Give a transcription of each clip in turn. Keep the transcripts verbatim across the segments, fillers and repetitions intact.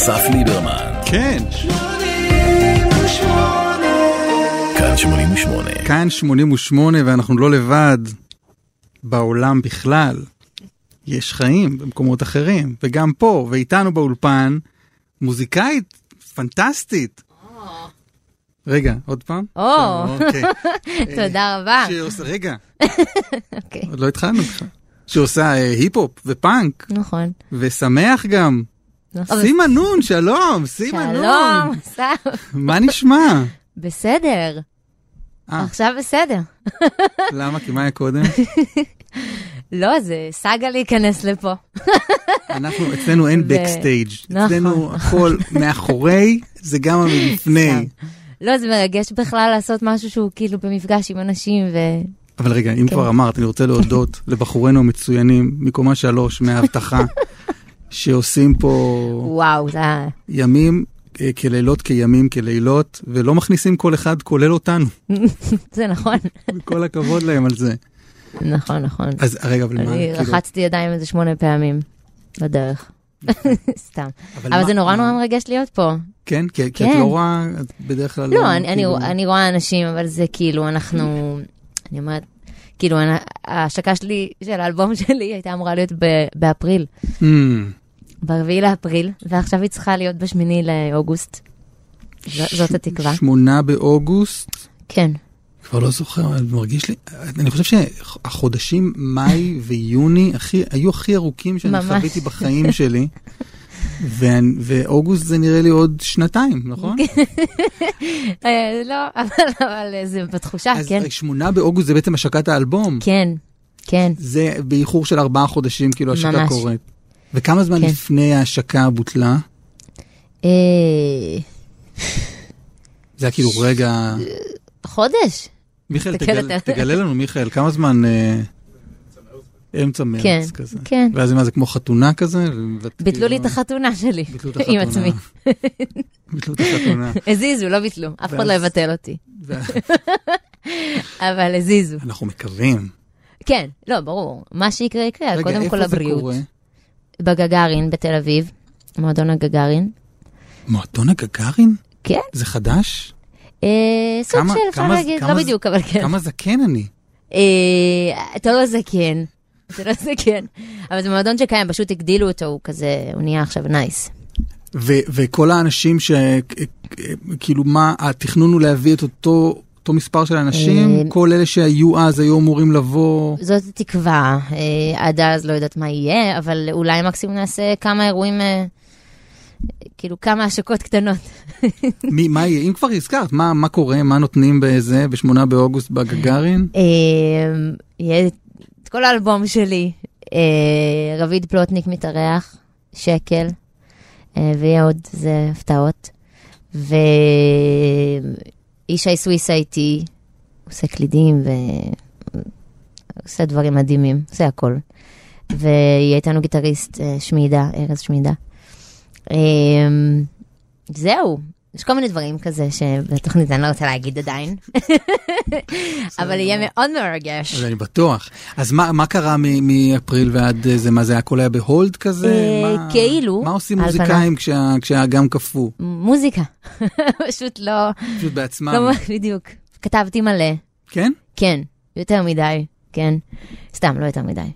אסף ליברמן. כן. כאן שמונים ושמונה. כאן שמונים ושמונה, ואנחנו לא לבד בעולם בכלל. יש חיים במקומות אחרים, וגם פה, ואיתנו באולפן, מוזיקאית פנטסטית. רגע, עוד פעם? או, תודה רבה. רגע, עוד לא התחלנו לך. שעושה היפ-הופ ופאנק. נכון. ושמח גם. סימה נון, שלום, סימה נון. שלום, אסף. מה נשמע? בסדר. עכשיו בסדר. למה? כי מה היה קודם? לא, זה סגה להיכנס לפה. אנחנו, אצלנו אין בקסטייג'. אצלנו הכל מאחורי, זה גם המלפני. לא, זה מרגש בכלל לעשות משהו שהוא כאילו במפגש עם אנשים ו... אבל רגע, אם כבר אמרת, אני רוצה להודות לבחורינו המצוינים, מקומה שלוש, מההבטחה, שעושים פה... וואו, זה... ימים כלילות כימים כלילות, ולא מכניסים כל אחד, כולל אותנו. זה נכון. כל הכבוד להם על זה. נכון, נכון. אז רגע, אבל מה? אני רחצתי ידיים איזה שמונה פעמים בדרך. סתם. אבל זה נורא נורא מרגש להיות פה. כן? כי את לא רואה בדרך כלל... לא, אני רואה אנשים, אבל זה כאילו, אנחנו... אני אומרת, כאילו, ההשקה שלי, של האלבום שלי, הייתה אמורה להיות באפריל. ברביעי לאפריל, ועכשיו היא צריכה להיות בשמיני לאוגוסט. זאת התקווה. שמונה באוגוסט? כן. כבר לא זוכר, אני מרגיש לי, אני חושב שהחודשים מאי ויוני היו הכי ארוכים שאני חוויתי בחיים שלי, ואוגוסט זה נראה לי עוד שנתיים, נכון? לא, אבל זה בתחושה, כן. אז שמונה באוגוסט זה בעצם השקת האלבום. כן, כן. זה באיחור של ארבעה חודשים, כאילו השקה קורית. וכמה זמן לפני ההשקה בוטלה? זה היה כאילו רגע... חודש. מיכאל, תגלה לנו, מיכאל, כמה זמן... אמצע מרץ כזה. כן. ואז מה זה כמו חתונה כזה? ביטלו לי את החתונה שלי. עם עצמי. ביטלו את החתונה. הזיזו, לא ביטלו. אף אחד לא יבטל אותי. אבל הזיזו. אנחנו מקווים. כן, לא, ברור. מה שיקרה יקרה. קודם כל הבריאות. רגע, איפה זה קורה? בגגרין, בתל אביב. מועדון הגגרין. מועדון הגגרין? כן. זה חדש? סוג של, אפשר להגיד, לא בדיוק, אבל כן. כמה זקן אני? אתה לא זקן. זה לא זקן. אבל זה מועדון שקיים, פשוט הגדילו אותו, הוא כזה, הוא נהיה עכשיו נייס. וכל האנשים ש... כאילו מה, התכנון הוא להביא את אותו... אותו מספר של אנשים, כל אלה שהיו אז היו אמורים לבוא... זאת תקווה, עד אז לא יודעת מה יהיה, אבל אולי מקסימום נעשה כמה אירועים, כאילו כמה השקות קטנות. מה יהיה? אם כבר הזכרת, מה קורה, מה נותנים בזה, בשמונה באוגוסט בגגרין? יהיה את כל האלבום שלי, רביד פלוטניק מתארח, שקל, ויהיה עוד זה הפתעות, ו... אישי סוויסה איתי, עושה קלידים ועושה דברים מדהימים, עושה הכל. ויהיה איתנו גיטריסט שמידה, ארז שמידה. זהו, יש כל מיני דברים כזה שבתוכנית אני לא רוצה להגיד עדיין. אבל יהיה מאוד מרגש. אני בטוח. אז מה קרה מאפריל ועד זה? מה זה היה? הכל היה בהולד כזה? כאילו. מה עושים מוזיקאים כשהאגם קפוא? מוזיקה. פשוט לא... פשוט בעצמם. בדיוק. כתבתי מלא. כן? כן. יותר מדי. כן. סתם, לא יותר מדי.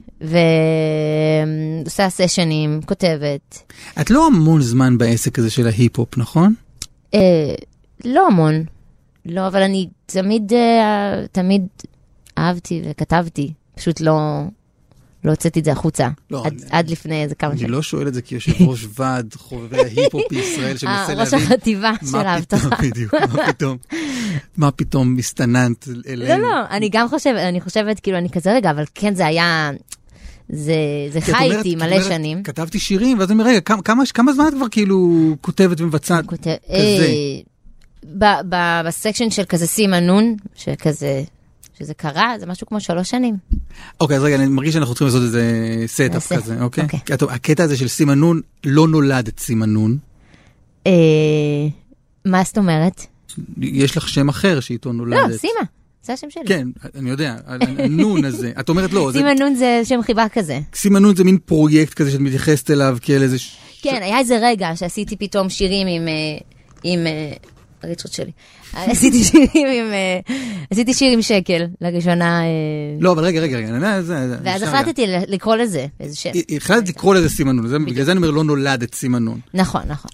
ועושה סשנים, כותבת. את לא המון זמן בעסק הזה של ההיפ-הופ, נכון? לא המון. לא, אבל אני תמיד, תמיד אהבתי וכתבתי. פשוט לא, לא הוצאתי את זה החוצה. לא, עד, אני, עד לפני איזה כמה שנים. אני לא שואל את זה כי יושב ראש ועד חובבי ההיפ-הופ בישראל שמנסה להבין. ראש החטיבה של ההבטחה. בדיוק, מה פתאום, מה פתאום מסתננת אלינו. לא, לא, אני גם חושבת, אני חושבת, כאילו, אני כזה רגע, אבל כן, זה היה... זה, זה חי איתי מלא אומרת, שנים. כתבתי שירים, ואז אני אומר, רגע, כמה, כמה, כמה זמן את כבר כאילו כותבת ומבצעת כותב, כזה? אה, ב, ב, בסקשן של כזה סימה נון, שכזה, שזה קרה, זה משהו כמו שלוש שנים. אוקיי, אז רגע, אני מרגיש שאנחנו צריכים לעשות איזה סטאפ כזה, אוקיי? אוקיי. טוב, הקטע הזה של סימה נון, לא נולד את סימה נון. אה, מה זאת אומרת? יש לך שם אחר שאיתו נולדת. לא, סימה. זה השם שלי. כן, אני יודע, הנון הזה. את אומרת לא. סימה נון זה שם חיבה כזה. סימה נון זה מין פרויקט כזה שאת מתייחסת אליו כאל איזה... כן, היה איזה רגע שעשיתי פתאום שירים עם, עם, ריצ'רד שלי. עשיתי שירים עם, עשיתי שיר עם שקל, לראשונה. לא, אבל רגע, רגע, רגע. ואז החלטתי לקרוא לזה, איזה שם. החלטתי לקרוא לזה סימנון, בגלל זה אני אומר, לא נולדת סימנון. נכון, נכון.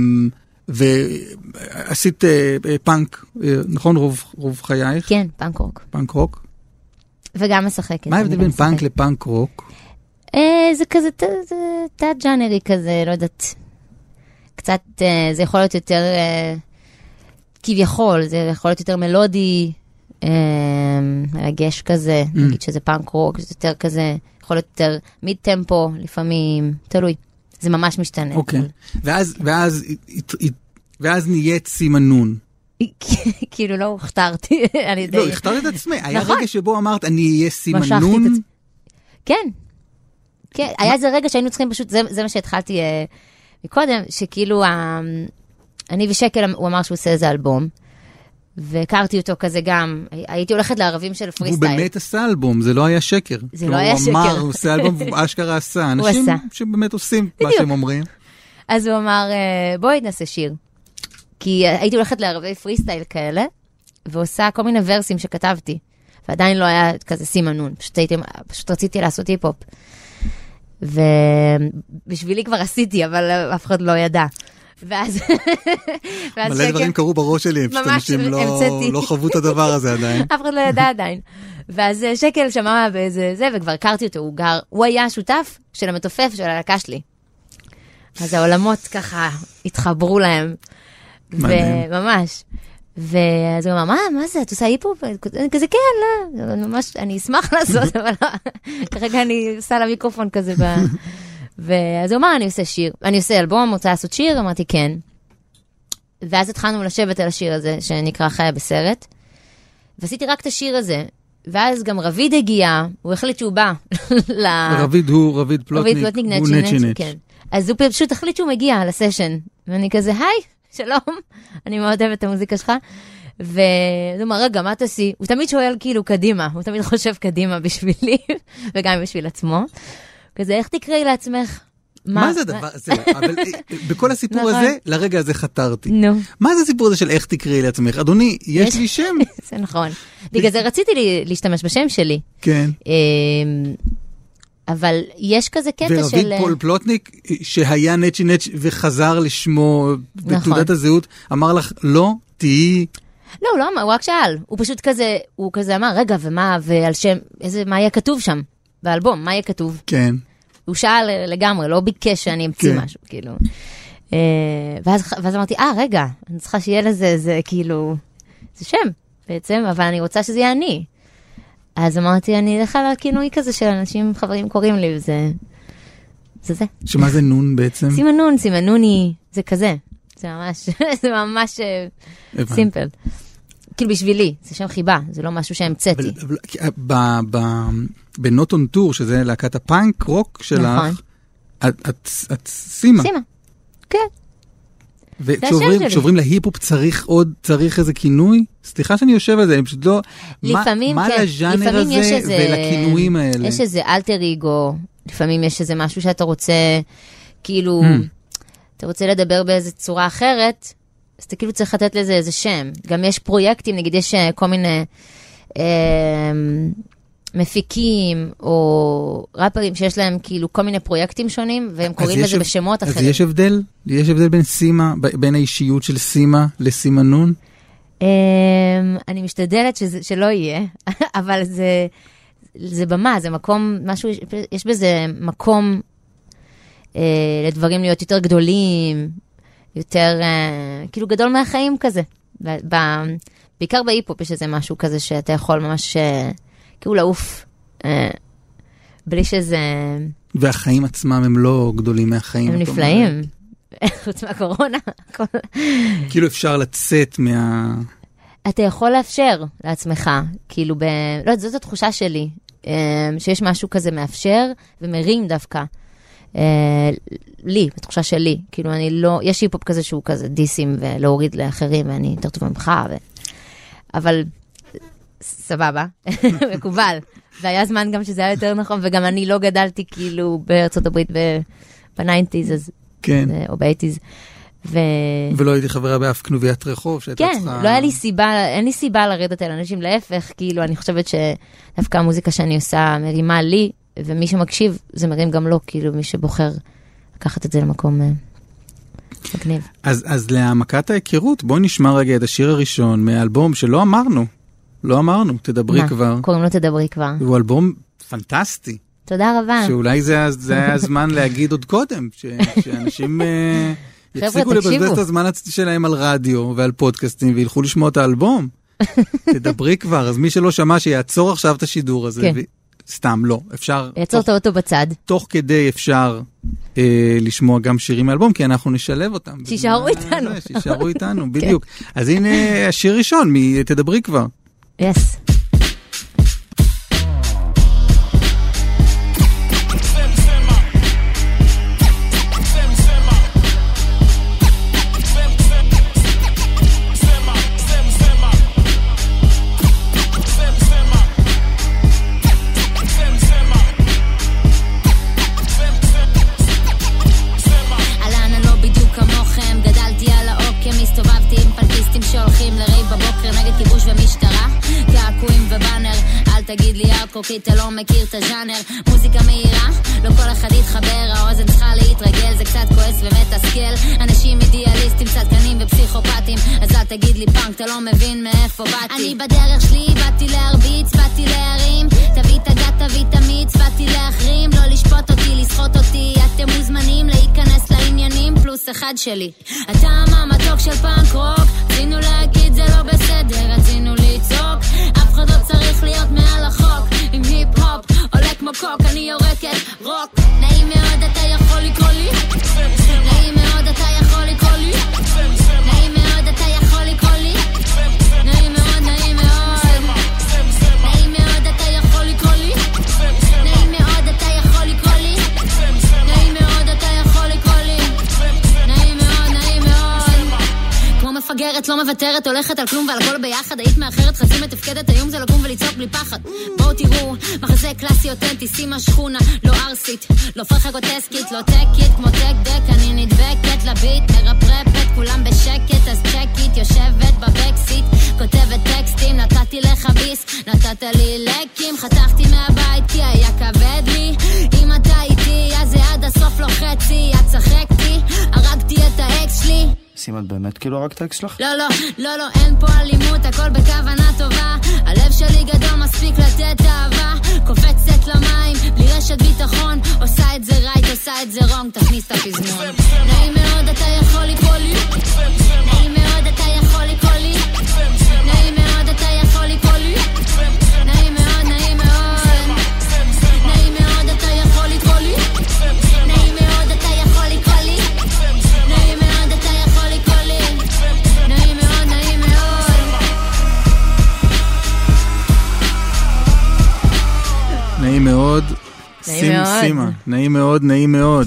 ועשית פאנק, נכון? רוב חייך? כן, פאנק רוק. פאנק רוק. וגם משחקת. מה ההבדל בין פאנק לפאנק רוק? זה כזה, תת ג'אנרי כזה, לא יודעת. קצת, זה יכול להיות יותר, כביכול, זה יכול להיות יותר מלודי, מרגש כזה, נגיד שזה פאנק רוק, זה יותר כזה, יכול להיות יותר מיד טמפו, לפעמים, תלוי. זה ממש משתנה. אוקיי. ואז, ואז, ואז נהיית סימנון. כאילו לא הכתרתי על ידי... לא, הכתרת את עצמי. היה רגע שבו אמרת, אני אהיה סימנון. כן. כן, היה איזה רגע שהיינו צריכים פשוט, זה מה שהתחלתי מקודם, שכאילו, אני ושקל, הוא אמר שהוא עושה איזה אלבום, והכרתי אותו כזה גם, הייתי הולכת לערבים של פרי סטייל. הוא באמת עשה אלבום, זה לא היה שקר. זה לא היה שקר. הוא אמר, הוא עושה אלבום, והוא אשכרה עשה. אנשים שבאמת עושים מה שהם אומרים. אז הוא אמר, בואי נעשה שיר. כי הייתי הולכת לערבי פרי סטייל כאלה, ועושה כל מיני ורסים שכתבתי, ועדיין לא היה כזה סימנון, פשוט, הייתי, פשוט רציתי לעשות היפ-הופ. ובשבילי כבר עשיתי, אבל אף אחד לא ידע. ואז... מלא דברים קרו בראש שלי, פשוט אנשים לא חוו את הדבר הזה עדיין. אף אחד לא ידע עדיין. ואז שקל שמע באיזה זה, וכבר הכרתי אותו, הוא גר, הוא היה השותף של המתופף של הלהקה שלי. אז העולמות ככה התחברו להם. וממש. ואז הוא אמר, מה, מה זה? את עושה היפ-הופ? כזה, כן, לא, ממש, אני אשמח לעשות, אבל כרגע אני עושה למיקרופון כזה. ואז הוא אמר, אני עושה שיר, אני עושה אלבום, רוצה לעשות שיר? אמרתי, כן. ואז התחלנו לשבת על השיר הזה, שנקרא חיה בסרט, ועשיתי רק את השיר הזה, ואז גם רביד הגיע, הוא החליט שהוא בא. רביד הוא, רביד פלוטניק, הוא נצ'י נצ'. אז הוא פשוט החליט שהוא מגיע לסשן, ואני כזה, היי, שלום, אני מאוד אוהבת את המוזיקה שלך, והוא אומר, רגע, מה תעשי? הוא תמיד שואל כאילו קדימה, הוא תמיד חושב קדימה בשבילי, וגם בשביל עצמו. כזה, איך תקראי לעצמך? מה זה הדבר הזה? אבל בכל הסיפור הזה, לרגע הזה חתרתי. נו. מה זה הסיפור הזה של איך תקראי לעצמך? אדוני, יש לי שם. זה נכון. בגלל זה רציתי להשתמש בשם שלי. כן. אבל יש כזה קטע של... ורביד פול פלוטניק, שהיה נצ'י נצ' וחזר לשמו בתעודת הזהות, אמר לך, לא, תהי... לא, הוא לא אמר, הוא רק שאל. הוא פשוט כזה, הוא כזה אמר, רגע, ומה, ועל שם, איזה, מה יהיה כתוב שם? באלבום, מה יהיה כתוב? כן. הוא שאל לגמרי, לא ביקש שאני אמציא כן. משהו, כאילו. ואז, ואז אמרתי, אה, רגע, אני צריכה שיהיה לזה, זה כאילו, זה שם, בעצם, אבל אני רוצה שזה יהיה אני. אז אמרתי, אני אלך על הכינוי כזה של אנשים, חברים קוראים לי, וזה, זה זה. שמה זה נון בעצם? סימנון, סימנוני, זה כזה. זה ממש, זה ממש סימפל. כאילו בשבילי, זה שם חיבה, זה לא משהו שהמצאתי. בנוט און טור, שזה להקת הפאנק רוק שלך, את סימה. סימה, כן. וכשעוברים להיפ-הופ צריך עוד, צריך איזה כינוי? סליחה שאני יושב על זה, אני פשוט לא... לפעמים, מה כן. לז'אנר הזה ולכינויים האלה? יש איזה אלטר איגו, לפעמים יש איזה משהו שאתה רוצה, כאילו, אתה רוצה לדבר באיזו צורה אחרת, אז אתה כאילו צריך לתת לזה איזה שם. גם יש פרויקטים, נגיד יש כל מיני אה, מפיקים או ראפרים שיש להם כאילו כל מיני פרויקטים שונים, והם קוראים לזה בשמות אחרים. אז יש הבדל? יש הבדל בין סימה, בין האישיות של סימה לסימנון? אה, אני משתדלת שזה, שלא יהיה, אבל זה, זה במה, זה מקום, משהו, יש בזה מקום אה, לדברים להיות יותר גדולים, יותר, uh, כאילו גדול מהחיים כזה. ב- בעיקר בהיפ-הופ יש איזה משהו כזה שאתה יכול ממש, uh, כאילו לעוף, uh, בלי שזה... והחיים עצמם הם לא גדולים מהחיים. הם נפלאים. חוץ מהקורונה. כאילו אפשר לצאת מה... אתה יכול לאפשר לעצמך, כאילו ב... לא, זאת התחושה שלי, uh, שיש משהו כזה מאפשר ומרים דווקא. Uh, לי, בתחושה שלי, כאילו אני לא, יש היפ-הופ כזה שהוא כזה דיסים ולהוריד לאחרים ואני יותר טובה ממך, ו... אבל סבבה, מקובל. והיה זמן גם שזה היה יותר נכון, וגם אני לא גדלתי כאילו בארצות הברית בניינטיז, אז כן. או ב-שמונים. ו... ולא הייתי חברה באף כנוביית רחוב שהייתה כן, צריכה... לא היה לי סיבה, אין לי סיבה לרדת אל אנשים, להפך, כאילו, אני חושבת שדווקא המוזיקה שאני עושה מרימה לי, ומי שמקשיב, זה מרים גם לו, כאילו, מי שבוחר לקחת את זה למקום מגניב. אז, אז להעמקת ההיכרות, בואי נשמע רגע את השיר הראשון מהאלבום שלא אמרנו, לא אמרנו, תדברי מה? כבר. קוראים לו תדברי כבר. הוא אלבום פנטסטי. תודה רבה. שאולי זה, זה היה הזמן להגיד עוד קודם, ש, שאנשים uh, יפסיקו לבזבז את הזמן שלהם על רדיו ועל פודקאסטים, וילכו לשמוע את האלבום. תדברי כבר, אז מי שלא שמע שיעצור עכשיו את השידור הזה, כן. ו... סתם לא, אפשר... יעצור את האוטו בצד. תוך כדי אפשר אה, לשמוע גם שירים מאלבום, כי אנחנו נשלב אותם. שישארו איתנו. שישארו איתנו, בדיוק. אז הנה השיר ראשון, תדברי כבר. יס. תגיד לי ארקו כי אתה לא מכיר את הז'אנר מוזיקה מהירה, לא כל אחד יתחבר האוזן צריכה להתרגל, זה קצת כועס ומתסכל אנשים אידיאליסטים, צדקנים ופסיכופטים אז אל תגיד לי פאנק, אתה לא מבין מאיפה באתי אני בדרך שלי, באתי להרביץ, באתי להרים תביא את הגת, תביא את המיץ, באתי להחרים לא לשפוט אותי, לשחוט אותי אתם מוזמנים להיכנס לעניינים פלוס אחד שלי אתה המתוק של פאנק רוק רצינו להגיד זה לא בסדר, רצינו לצעוק אף אחד לא צריך להיות מעל החוק עם היפ-הופ עולה כמו קוק אני יורקת רוק נעים מאוד אתה יכול לקרוא לי נעים מאוד אתה יכול לקרוא לי נעים מאוד אתה יכול לקרוא לי נעים מאוד נעים מאוד נעים מאוד אתה יכול לקרוא לי נעים מאוד אתה יכול לקרוא לי נעים מאוד אתה יכול לקרוא לי נעים מאוד נעים מאוד כמו מפגרת לא מוותרת הולכת על כלום ועל הכל ביחד היית מאחרת חצי מתפקדת היום זה לקום ולצעוק בלי פחד בואו תראו מחזה קלאסי אותנטי שימה שכונה לא ארסית לא פרחה גוטסקית לא טקית כמו טק דק אני נדבקת לביט מרפרפת כולם בשקט אז צ'קית יושבת בבקסיט כותבת טקסטים נתתי לך ביס נתת לי לקים חתכתי מהבית כי היה כבד לי אם אתה איתי אז זה עד הסוף לא חצי את צחקתי הרגתי את האקס שלי שימת באמת כאילו הרגת האקס שלך? לא לא לא לא אין פה אלימות הכל בכוונה טובה הלב שלי גדול מספיק לתת אהבה קופצת למים בלי רשת ביטחון עושה את זה רייט עושה את זה רונג תכניס את הפזמון נעים מאוד אתה יכול לקרוא לי נעים מאוד אתה יכול לקרוא לי נעים מאוד אתה יכול לקרוא לי נעים מאוד נעים מאוד נעים מאוד אתה יכול לקרוא לי נעים מאוד אתה יכול לקרוא לי נעים מאוד אתה יכול לקרוא לי נעים מאוד נעים מאוד נעים מאוד. נעים מאוד. סימה, נעים מאוד, נעים מאוד.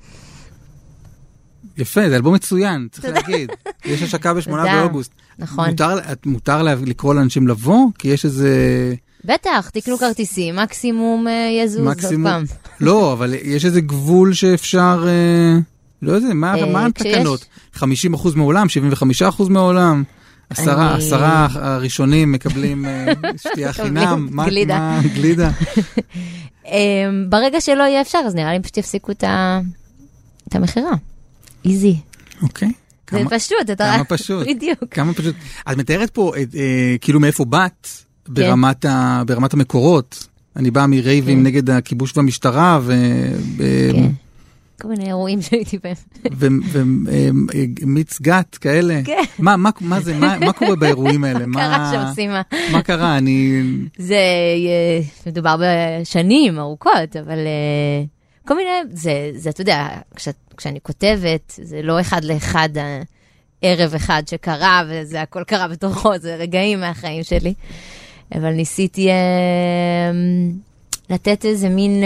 יפה, זה אלבום מצוין, צריך להגיד. יש השקה בשמונה באוגוסט. נכון. מותר לקרוא לאנשים לבוא? כי יש איזה... בטח, תקנו כרטיסים, מקסימום יזוז עוד פעם. לא, אבל יש איזה גבול שאפשר... לא יודע, מה התקנות? חמישים אחוז מעולם, שבעים וחמישה אחוז מעולם. עשרה, עשרה הראשונים מקבלים שתייה חינם. גלידה. גלידה. ברגע שלא יהיה אפשר, אז נראה לי פשוט יפסיקו את המחירה. איזי. אוקיי. זה פשוט, אתה... כמה פשוט. בדיוק. כמה פשוט. את מתארת פה, כאילו מאיפה באת, ברמת המקורות. אני באה מרייבים נגד הכיבוש והמשטרה, ו... כן. כל מיני אירועים שהייתי בהם. ומיץ גת כאלה. כן. מה זה, מה קורה באירועים האלה? מה קרה שם, סימה? מה קרה? אני... זה מדובר בשנים ארוכות, אבל כל מיני, זה, אתה יודע, כשאני כותבת, זה לא אחד לאחד ערב אחד שקרה, וזה הכל קרה בתוכו, זה רגעים מהחיים שלי. אבל ניסיתי לתת איזה מין...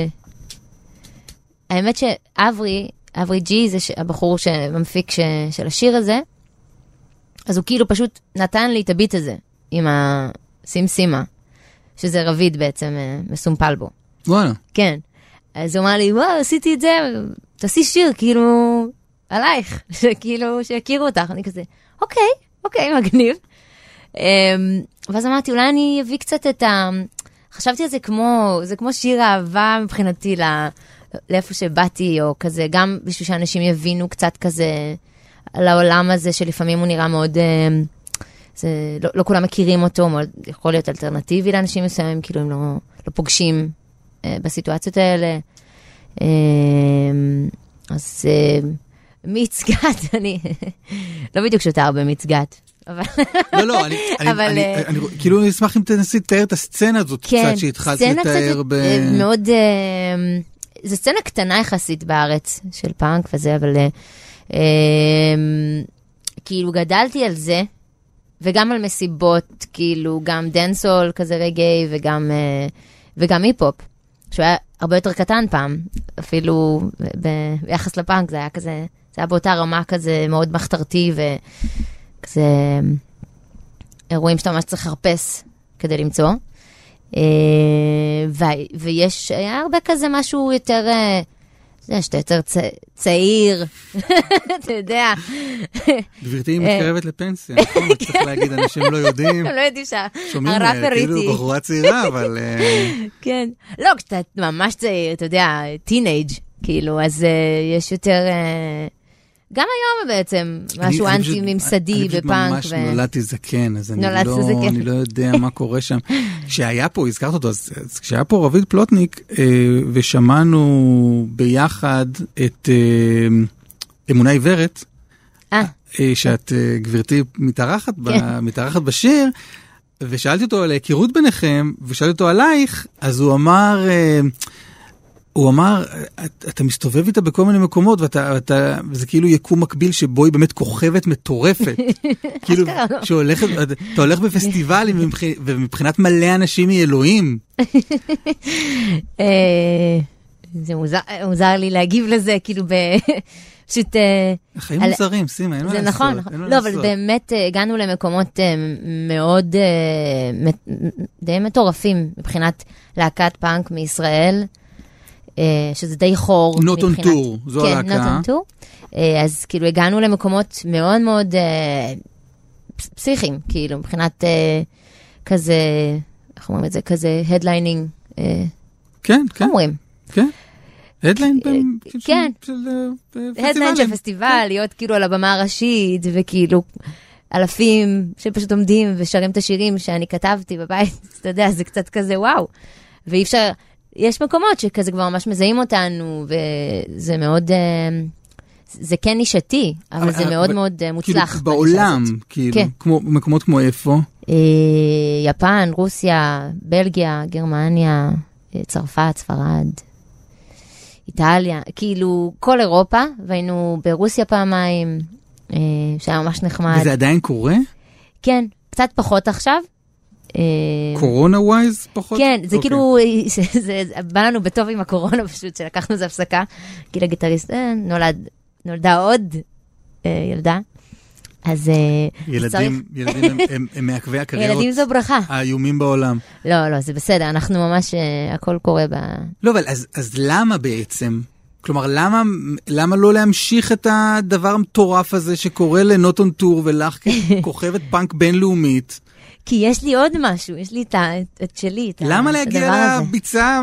האמת שאברי, אברי ג'י, זה הבחור שממפיק של השיר הזה, אז הוא כאילו פשוט נתן לי את הביט הזה, עם הסימסימה, שזה רביד בעצם מסומפל בו. וואלה. כן. אז הוא אמר לי, וואו, עשיתי את זה, תעשי שיר, כאילו, עלייך, שכאילו, שיכירו אותך. אני כזה, אוקיי, אוקיי, מגניב. ואז אמרתי, אולי אני אביא קצת את ה... חשבתי על זה כמו, זה כמו שיר אהבה מבחינתי לאיפה שבאתי, או כזה, גם בשביל שאנשים יבינו קצת כזה על העולם הזה, שלפעמים הוא נראה מאוד, זה, לא, לא כולם מכירים אותו, מאוד יכול להיות אלטרנטיבי לאנשים מסוימים, כאילו הם לא, לא פוגשים בסיטואציות האלה. אז מיץ גת, אני לא בדיוק שותה הרבה מיץ גת. לא, לא, אני כאילו אשמח אם תנסי לתאר את הסצנה הזאת קצת שהתחלת לתאר ב... מאוד, זו סצנה קטנה יחסית בארץ של פאנק וזה, אבל כאילו גדלתי על זה, וגם על מסיבות, כאילו גם דנסול כזה רגעי, וגם היפ-הופ, שהוא היה הרבה יותר קטן פעם, אפילו ביחס לפאנק, זה היה כזה, זה היה באותה רמה כזה מאוד מחתרתי, וכזה אירועים שאתה ממש צריך לחפש כדי למצוא. ויש, היה הרבה כזה משהו יותר, זה שאתה יותר צעיר, אתה יודע. גברתי, היא מתקרבת לפנסיה, נכון? צריך להגיד, אנשים לא יודעים. הם לא יודעים שהרפר איתי. שומעים, כאילו, בחורה צעירה, אבל... כן. לא, כשאתה ממש צעיר, אתה יודע, טינאג', כאילו, אז יש יותר... גם היום בעצם, משהו אנטי-ממסדי בפאנק. אני פשוט ממש נולדתי זקן, אז אני לא יודע מה קורה שם. כשהיה פה, הזכרת אותו, אז כשהיה פה רביד פלוטניק, ושמענו ביחד את אמונה עיוורת, שאת, גברתי, מתארחת בשיר, ושאלתי אותו על ההיכרות ביניכם, ושאלתי אותו עלייך, אז הוא אמר... הוא אמר, אתה מסתובב איתה בכל מיני מקומות, וזה כאילו יקום מקביל שבו היא באמת כוכבת מטורפת. כאילו, אתה הולך בפסטיבלים, ומבחינת מלא אנשים היא אלוהים. זה מוזר לי להגיב לזה, כאילו פשוט... החיים מוזרים, שימה, אין מה לעשות. זה נכון, לא, אבל באמת הגענו למקומות מאוד די מטורפים, מבחינת להקת פאנק מישראל, שזה די חור. Not on Tour, זו הלהקה. כן, Not on Tour. אז כאילו הגענו למקומות מאוד מאוד פסיכיים, כאילו, מבחינת כזה, איך אומרים את זה, כזה הדליינינג. כן, כן. אומרים. כן. הדליין כן. הדליין של פסטיבל, להיות כאילו על הבמה הראשית, וכאילו אלפים שפשוט עומדים ושרים את השירים שאני כתבתי בבית, אתה יודע, זה קצת כזה וואו. ואי אפשר... יש מקומות שכזה כבר ממש מזהים אותנו, וזה מאוד, זה כן נישתי, אבל זה מאוד מאוד מוצלח. כאילו בעולם, כאילו, מקומות כמו איפה? יפן, רוסיה, בלגיה, גרמניה, צרפת, ספרד, איטליה, כאילו כל אירופה, והיינו ברוסיה פעמיים, שהיה ממש נחמד. וזה עדיין קורה? כן, קצת פחות עכשיו. קורונה ווייז פחות? כן, זה כאילו, זה בא לנו בטוב עם הקורונה פשוט, שלקחנו זה הפסקה, כי לגיטריסט נולדה עוד ילדה, אז ילדים הם מעכבי הקריירות. ילדים זו ברכה. האיומים בעולם. לא, לא, זה בסדר, אנחנו ממש, הכל קורה ב... לא, אבל אז למה בעצם? כלומר, למה, למה לא להמשיך את הדבר המטורף הזה שקורה לנוט און טור ולך כוכבת פאנק בינלאומית? כי יש לי עוד משהו, יש לי את, את שלי, את למה להגיע לביצה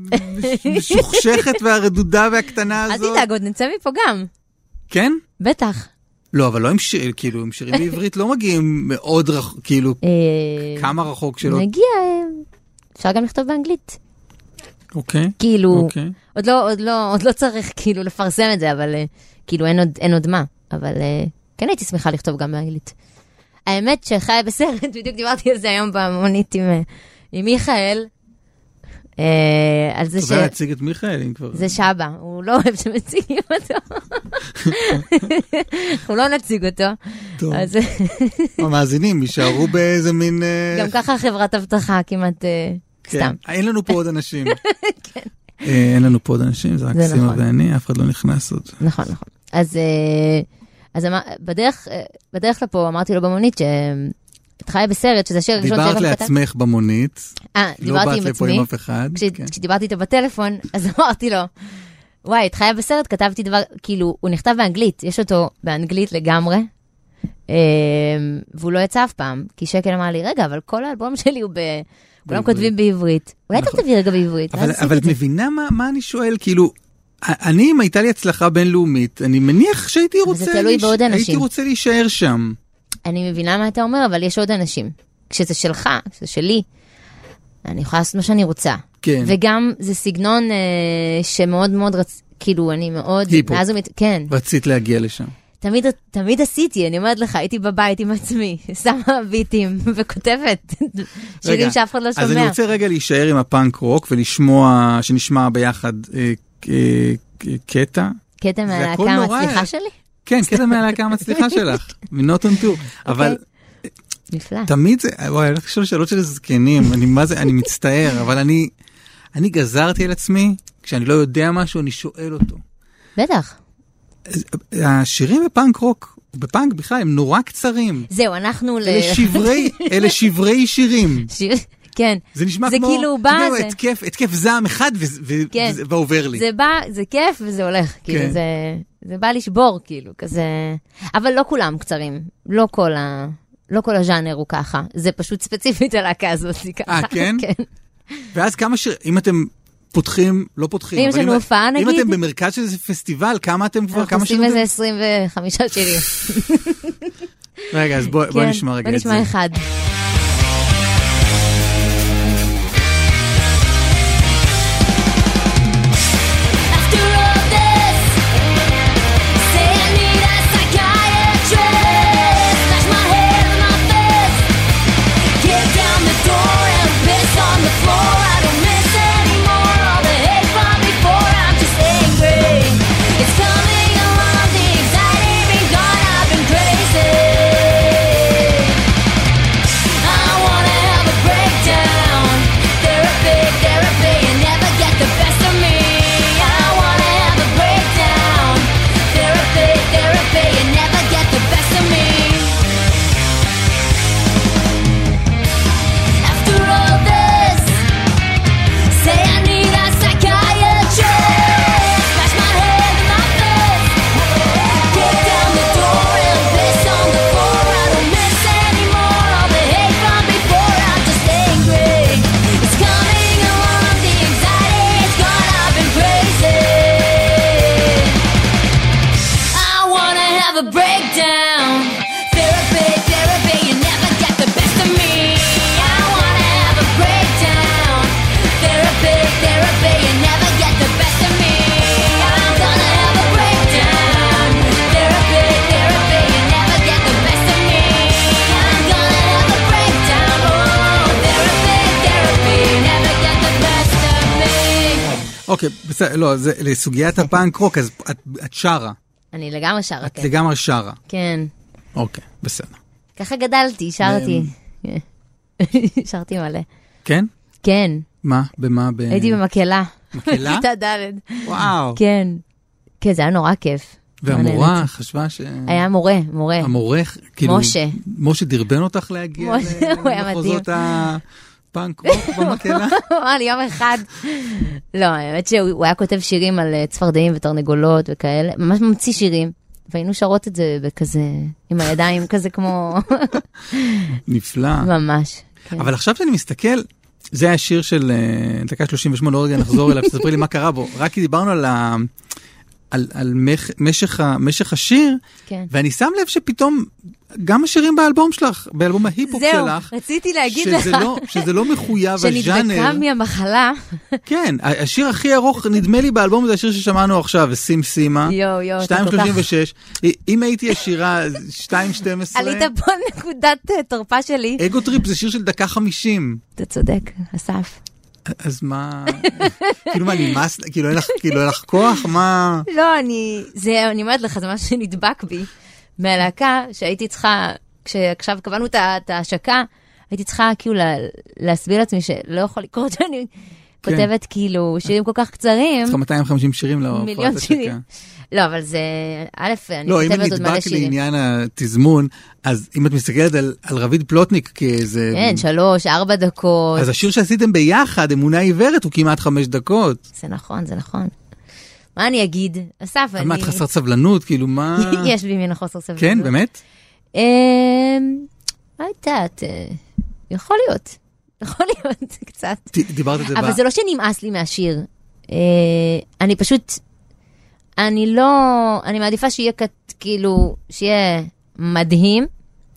משוכשכת והרדודה והקטנה הזאת? אל תדאג, עוד נצא מפה גם. כן? בטח. לא, אבל לא עם שירים, כאילו, עם שירים בעברית לא מגיעים מאוד רחוק, כאילו, כמה רחוק שלא. נגיע, אפשר גם לכתוב באנגלית. אוקיי. כאילו, עוד לא, עוד לא, עוד לא צריך כאילו לפרסם את זה, אבל כאילו אין עוד, אין עוד מה. אבל כן הייתי שמחה לכתוב גם באנגלית. האמת שחיה בסרט, בדיוק דיברתי על זה היום במונית עם, עם מיכאל, אה, על זה ש... תודה להציג את מיכאל, אם כבר... זה שבא, הוא לא אוהב שמציגים אותו. אנחנו לא נציג אותו. טוב. אז... המאזינים יישארו באיזה מין... גם ככה חברת הבטחה כמעט כן. סתם. אין לנו פה עוד אנשים. כן. אין לנו פה עוד אנשים, זה רק זה סימה נכון. ואני, אף אחד לא נכנס עוד. נכון, נכון. אז... אז בדרך, בדרך לפה אמרתי לו במונית שאת חיה בסרט, שזה השיר הראשון דיברת לעצמך במונית, אה, לא באת לפה עם אף אחד. כשדיברתי איתו בטלפון, אז אמרתי לו, וואי, את חיה בסרט, כתבתי דבר, כאילו, הוא נכתב באנגלית, יש אותו באנגלית לגמרי, והוא לא יצא אף פעם, כי שקל אמר לי, רגע, אבל כל האלבום שלי הוא ב... כולם כותבים בעברית. אולי תכתבי רגע בעברית. אבל את מבינה מה אני שואל? כאילו, אני, אם הייתה לי הצלחה בינלאומית, אני מניח שהייתי רוצה להישאר שם. אני מבינה מה אתה אומר, אבל יש עוד אנשים. כשזה שלך, כשזה שלי, אני יכולה לעשות מה שאני רוצה. כן. וגם זה סגנון שמאוד מאוד רצ... כאילו, אני מאוד... היפו. כן. רצית להגיע לשם. תמיד, תמיד עשיתי, אני אומרת לך, הייתי בבית עם עצמי, שמה ביטים וכותבת שירים שאף אחד לא שומע. אז אני רוצה רגע להישאר עם הפאנק רוק ולשמוע, שנשמע ביחד אה, אה, קטע. קטע מהלהקה המצליחה שלי? כן, קטע מהלהקה המצליחה שלך, מ-Not on Tour. אבל נפלא. תמיד זה, וואי, אני לא חושב שאלות של זקנים, אני מה זה, אני מצטער, אבל אני, אני גזרתי על עצמי, כשאני לא יודע משהו, אני שואל אותו. בטח. השירים בפאנק רוק, בפאנק בכלל, הם נורא קצרים. זהו, אנחנו... אלה שברי, אלה שברי שירים. שיר, כן. זה נשמע זה כמו... כאילו בא... זה כאילו התקף, התקף זעם אחד כן. ועובר לי. זה בא, זה כיף וזה הולך. כאילו, כן. זה, זה בא לשבור, כאילו, כזה... אבל לא כולם קצרים. לא כל ה... לא כל הז'אנר הוא ככה. זה פשוט ספציפית הלהקה הזאת. אה, כן? כן. ואז כמה שיר... אם אתם... פותחים, לא פותחים. אם יש לנו הופעה, נגיד. אם אתם במרכז של איזה פסטיבל, כמה אתם כבר, כמה עושים איזה עשרים וחמישה שירים. רגע, אז בוא נשמע רגע את זה. בוא נשמע אחד. אוקיי, בסדר, לא, זה לסוגיית הפאנק רוק, אז את שרה. אני לגמרי שרה, כן. את לגמרי שרה. כן. אוקיי, בסדר. ככה גדלתי, שרתי. שרתי מלא. כן? כן. מה? במה? הייתי במקהלה. מקהלה? בכיתה ד'. וואו. כן. כן, זה היה נורא כיף. והמורה חשבה ש... היה מורה, מורה. המורה, כאילו... משה. משה דרבן אותך להגיע למחוזות הפאנק רוק במקהלה? הוא אמר לי יום אחד. לא, האמת שהוא היה כותב שירים על צפרדעים ותרנגולות וכאלה, ממש ממציא שירים, והיינו שרות את זה בכזה, עם הידיים כזה כמו... נפלא. ממש. אבל עכשיו שאני מסתכל, זה היה שיר של דקה שלושים ושמונה, רגע נחזור אליו, תספרי לי מה קרה בו. רק כי דיברנו על ה... על, על מח, משך, משך השיר, כן. ואני שם לב שפתאום גם השירים באלבום שלך, באלבום ההיפ-הופ שלך, זהו, רציתי להגיד שזה לך, לא, שזה לא מחויב הז'אנר. שנדבקה מהמחלה. כן, השיר הכי ארוך, נדמה לי באלבום, זה השיר ששמענו עכשיו, שים שימה, יו, יו, שתיים שלושים ושש, אם הייתי ישירה, שתיים שתים עשרה, עלית פה נקודת תורפה שלי. אגו טריפ זה שיר של דקה חמישים. אתה צודק, אסף. אז מה, כאילו מה, נמאס, כאילו אין לך, כאילו אין לך כוח, מה? לא, אני, זה, אני אומרת לך, זה משהו שנדבק בי, מהלהקה, שהייתי צריכה, כשעכשיו קבענו את ההשקה, הייתי צריכה כאילו להסביר לעצמי שלא יכול לקרות שאני כותבת כאילו שירים כל כך קצרים. צריכה מאתיים וחמישים שירים להופעת השקה. לא, אבל זה, א', אני לא, כותבת עוד מלא שירים. לא, אם נדבק לעניין התזמון, אז אם את מסתכלת על, על רביד פלוטניק כאיזה... כן, שלוש, ארבע דקות. אז השיר שעשיתם ביחד, אמונה עיוורת, הוא כמעט חמש דקות. זה נכון, זה נכון. מה אני אגיד? אסף, אני... מה, את חסרת סבלנות? כאילו, מה... יש בי מן החוסר סבלנות. כן, באמת? מה יודעת? יכול להיות. יכול להיות קצת. דיברת את זה. אבל זה לא שנמאס לי מהשיר. אני פשוט... אני לא... אני מעדיפה שיהיה כאילו... שיהיה מדהים.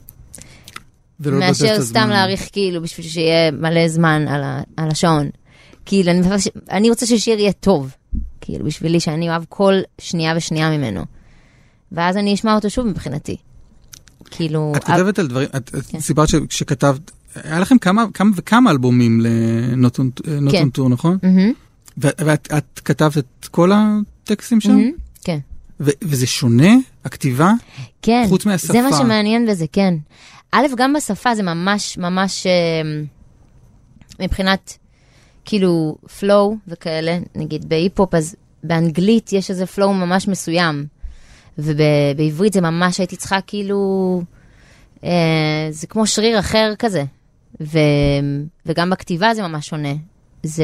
מאשר סתם להאריך כאילו בשביל שיהיה מלא זמן על השעון. כאילו, אני רוצה ששיר יהיה טוב. כאילו, בשבילי שאני אוהב כל שנייה ושנייה ממנו. ואז אני אשמע אותו שוב מבחינתי. כאילו... את כותבת על דברים, את סיפרת שכתבת, היה לכם כמה וכמה אלבומים לנוטון טור, נכון? ואת כתבת את כל הטקסטים שם? כן. וזה שונה, הכתיבה? כן. חוץ מהשפה. זה מה שמעניין בזה, כן. א', גם בשפה זה ממש, ממש, מבחינת, כאילו, פלואו וכאלה, נגיד בהיפ-הופ, אז באנגלית יש איזה פלואו ממש מסוים, ובעברית זה ממש הייתי צריכה כאילו, זה כמו שריר אחר כזה, וגם בכתיבה זה ממש שונה. זה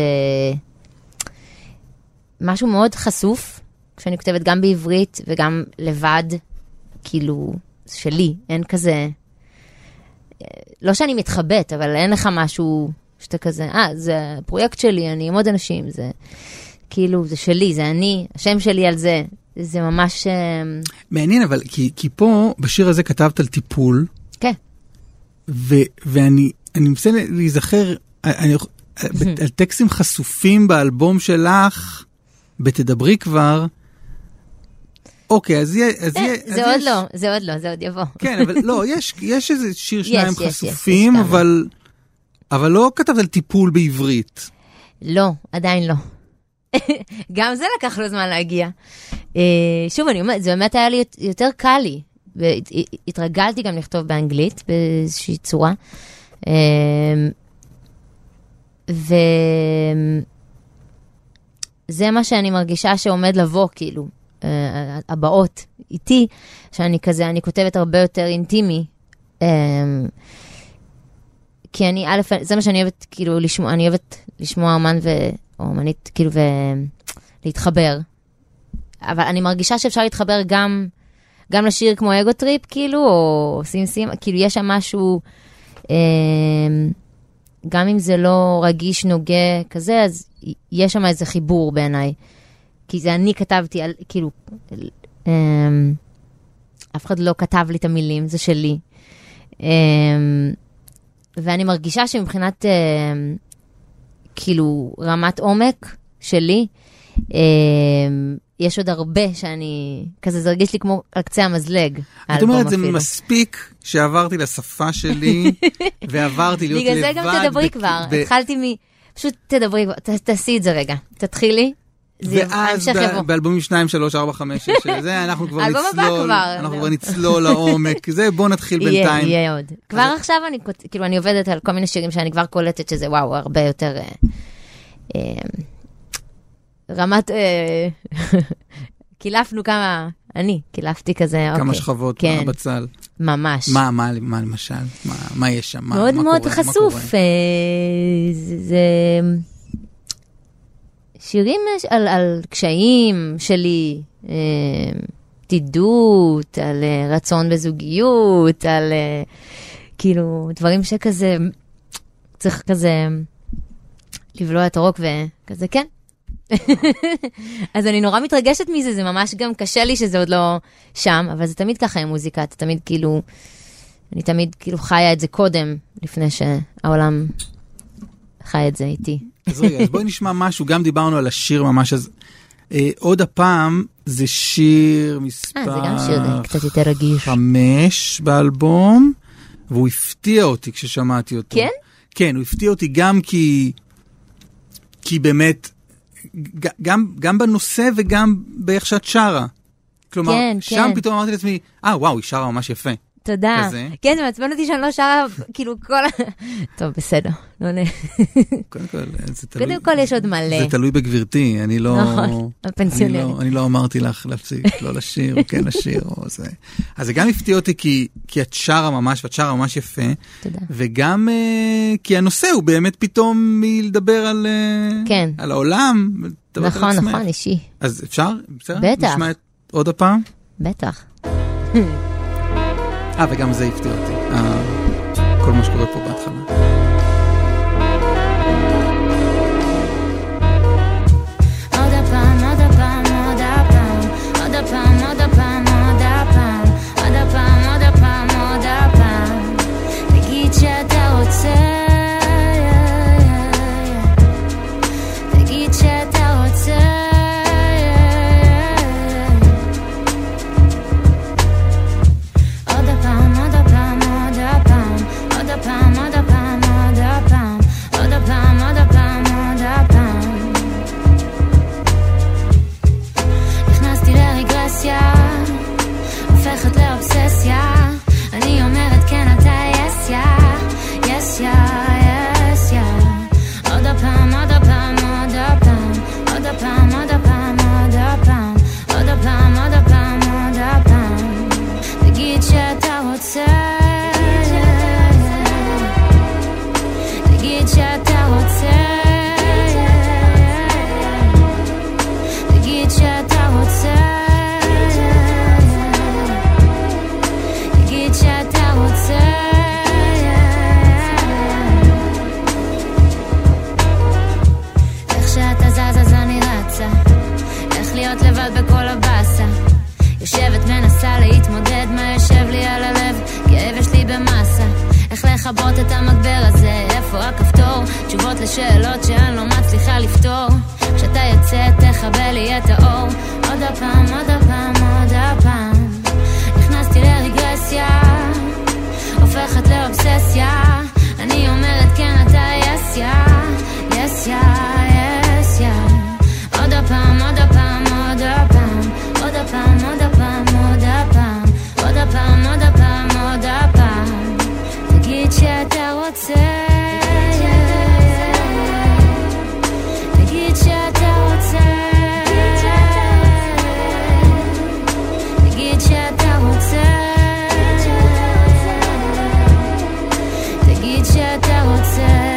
משהו מאוד חשוף, כשאני כותבת גם בעברית וגם לבד, כאילו, שלי, אין כזה... לא שאני מתחבט, אבל אין לך משהו שאתה כזה, אה, זה פרויקט שלי, אני עם עוד אנשים, זה כאילו, זה שלי, זה אני, השם שלי על זה, זה ממש... מעניין, אבל כי, כי פה, בשיר הזה כתבת על טיפול, כן. ו, ואני, אני מנסה להיזכר, אני, על טקסטים חשופים באלבום שלך, בתדברי כבר, אוקיי, אז יהיה... זה עוד לא, זה עוד לא, זה עוד יבוא. כן, אבל לא, יש איזה שיר שניים חשופים, אבל לא כתבת על טיפול בעברית. לא, עדיין לא. גם זה לקח לו זמן להגיע. שוב, אני אומרת, זה באמת היה לי יותר קל לי, והתרגלתי גם לכתוב באנגלית באיזושהי צורה. וזה מה שאני מרגישה שעומד לבוא, כאילו. הבאות איתי, שאני כזה, אני כותבת הרבה יותר אינטימי, כי אני, א', זה מה שאני אוהבת, כאילו, לשמוע, אני אוהבת לשמוע אומן או אומנית, כאילו, ולהתחבר. אבל אני מרגישה שאפשר להתחבר גם, גם לשיר כמו אגו טריפ, כאילו, או סים סים, כאילו, יש שם משהו, גם אם זה לא רגיש, נוגע, כזה, אז יש שם איזה חיבור בעיניי. כי זה אני כתבתי, על, כאילו, אמ, אף אחד לא כתב לי את המילים, זה שלי. אמ, ואני מרגישה שמבחינת, אמ, כאילו, רמת עומק שלי, אמ, יש עוד הרבה שאני, כזה זה הרגיש לי כמו על קצה המזלג. את אומרת, זה מספיק שעברתי לשפה שלי, ועברתי להיות לבד. בגלל זה גם תדברי כבר, התחלתי מ... פשוט תדברי, תעשי את זה רגע, תתחילי. ואז באלבומים שניים, שלוש, ארבע, חמש, שש, זה אנחנו כבר נצלול, אנחנו כבר נצלול לעומק, זה בוא נתחיל בינתיים. יהיה, יהיה עוד. כבר עכשיו אני, כאילו אני עובדת על כל מיני שירים שאני כבר קולטת שזה וואו, הרבה יותר רמת, קילפנו כמה, אני קילפתי כזה, כמה שכבות בצל. ממש. מה, מה, מה למשל? מה יש שם? מאוד מאוד חשוף. זה... שירים על, על קשיים שלי, אה, תידות, על אה, רצון בזוגיות, על אה, כאילו דברים שכזה, צריך כזה לבלוע את הרוק וכזה, כן. אז אני נורא מתרגשת מזה, זה ממש גם קשה לי שזה עוד לא שם, אבל זה תמיד ככה עם מוזיקה, אתה תמיד כאילו, אני תמיד כאילו חיה את זה קודם, לפני שהעולם חי את זה איתי. אז רגע, אז בואי נשמע משהו, גם דיברנו על השיר ממש, אז אה, עוד הפעם זה שיר מספר אה, זה גם שיר קצת יותר רגיש. חמש באלבום, והוא הפתיע אותי כששמעתי אותו. כן? כן, הוא הפתיע אותי גם כי, כי באמת, גם, גם בנושא וגם באיך שאת שרה. כלומר, כן, שם כן. פתאום אמרתי לעצמי, אה, וואו, היא שרה ממש יפה. תודה. כזה. כן, זה מעצבן אותי שאני לא שרה, כאילו כל... טוב, בסדר. לא נ... קודם כל, זה תלוי... קודם כל יש עוד מלא. זה תלוי בגברתי, אני לא... נכון, הפנסיונרית. אני לא, אני לא אמרתי לך להפסיק, לא לשיר, או כן לשיר, או זה. אז זה גם הפתיע אותי כי, כי את שרה ממש, ואת שרה ממש יפה. תודה. וגם uh, כי הנושא הוא באמת פתאום מלדבר על, uh, כן. על העולם, נכון, נכון, אישי. אז אפשר? בטח. נשמע עוד הפעם? בטח. אה, וגם זה הפתיע אותי. כל מה שקורה פה בהתחלה. עוד הפעם, עוד הפעם, עוד הפעם, עוד הפעם, עוד הפעם, עוד הפעם, עוד הפעם, עוד הפעם, עוד הפעם. תגיד שאתה רוצה, תגיד שאתה רוצה. עוד הפעם, עוד הפעם, עוד הפעם, עוד הפעם, עוד הפעם, עוד הפעם, עוד הפעם, עוד הפעם, עוד הפעם. נכנסתי לרגרסיה, הופכת לאובססיה. אני אומרת כן אתה yes yeah, yes yeah, yes yeah. עוד הפעם, עוד הפעם, עוד הפעם, עוד הפעם, עוד הפעם, עוד הפעם, עוד הפעם, עוד הפעם, עוד הפעם. תגיד שאתה רוצה, תגיד שאתה רוצה, תגיד שאתה רוצה, תגיד שאתה רוצה. איך שאתה זז אז אני רצה, איך להיות לבד בכל הבאסה. יושבת מנסה להתמודד מה יושב לי על הלב, כאב יש לי במסה. איך לחבות את המגבר הזה, איפה הכפתור? תשובות לשאלות שאני לא מצליחה לפתור. כשאתה יוצא תחבל לי את האור. עוד הפעם, עוד הפעם, עוד הפעם. נכנסתי לרגרסיה, הופכת לאובססיה. אני אומרת כן אתה yes yeah, yes yeah, yes yeah. עוד הפעם, עוד הפעם, עוד הפעם, עוד הפעם, עוד הפעם, עוד הפעם, עוד הפעם, עוד הפעם, עוד הפעם. תגיד שאתה רוצה, תגיד שאתה רוצה, תגיד שאתה רוצה, תגיד שאתה רוצה.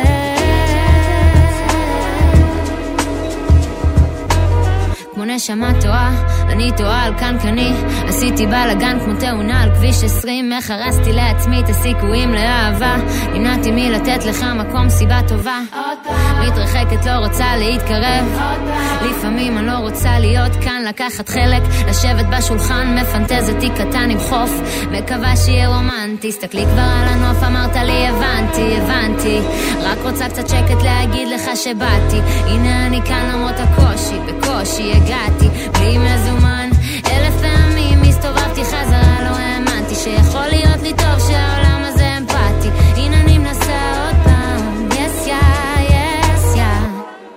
כמו נשמה טועה, אני טועה על קנקני. עשיתי בלגן כמו תאונה על כביש עשרים. איך הרסתי לעצמי את הסיכויים לאהבה. נמנעתי מלתת לך מקום, סיבה טובה. מתרחקת לא רוצה להתקרב. לפעמים אני לא רוצה להיות כאן, לקחת חלק, לשבת בשולחן, מפנטזתי קטן עם חוף, מקווה שיהיה רומנטי. סתכלי כבר על הנוף, אמרת לי הבנתי, הבנתי, רק רוצה קצת שקט להגיד לך שבאתי. הנה אני כאן למרות הקושי, בקושי הגעתי, בלי מזומן. אלף פעמים הסתובבתי חזרה, לא האמנתי שיכול להיות לי טוב, שהעולם הזה אמפתי. הנה אני מנסה עוד פעם, yes yeah, yes yeah.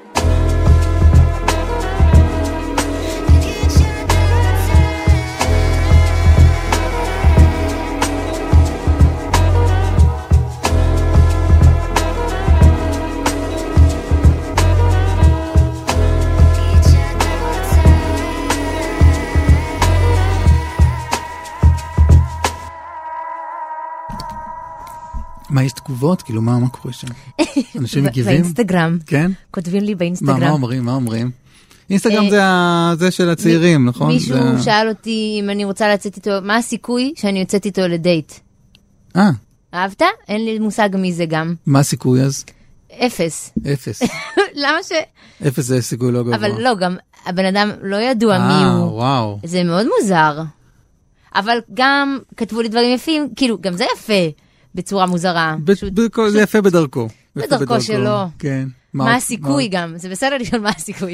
מה, יש תגובות? כאילו, מה, מה קורה שם? אנשים מגיבים? באינסטגרם. כן? כותבים לי באינסטגרם. מה, מה אומרים? מה אומרים? אינסטגרם זה זה של הצעירים, נכון? מישהו שאל אותי אם אני רוצה לצאת איתו, מה הסיכוי שאני יוצאת איתו לדייט? אה. אהבת? אין לי מושג מי זה גם. מה הסיכוי אז? אפס. אפס. למה ש... אפס זה סיכוי לא גבוה. אבל לא, גם הבן אדם לא ידוע מי הוא. אה, וואו. זה מאוד מוזר. אבל גם כתבו לי דברים יפים, כאילו, גם זה יפה. בצורה מוזרה. זה יפה בדרכו. בדרכו שלו. כן. מה הסיכוי גם? זה בסדר לשאול מה הסיכוי.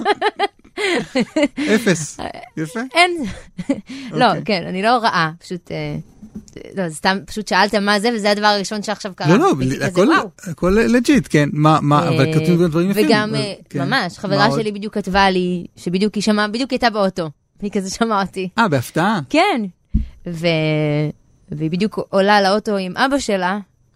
אפס. יפה? אין. לא, כן, אני לא רעה. פשוט, לא, זה סתם, פשוט שאלתם מה זה, וזה הדבר הראשון שעכשיו קרה. לא, לא, הכל לג'יט, כן. מה, אבל כתוב דברים יפים. וגם, ממש, חברה שלי בדיוק כתבה לי, שבדיוק היא שמעה, בדיוק הייתה באוטו. היא כזה שמעה אותי. אה, בהפתעה? כן. ו... והיא בדיוק עולה לאוטו עם אבא שלה,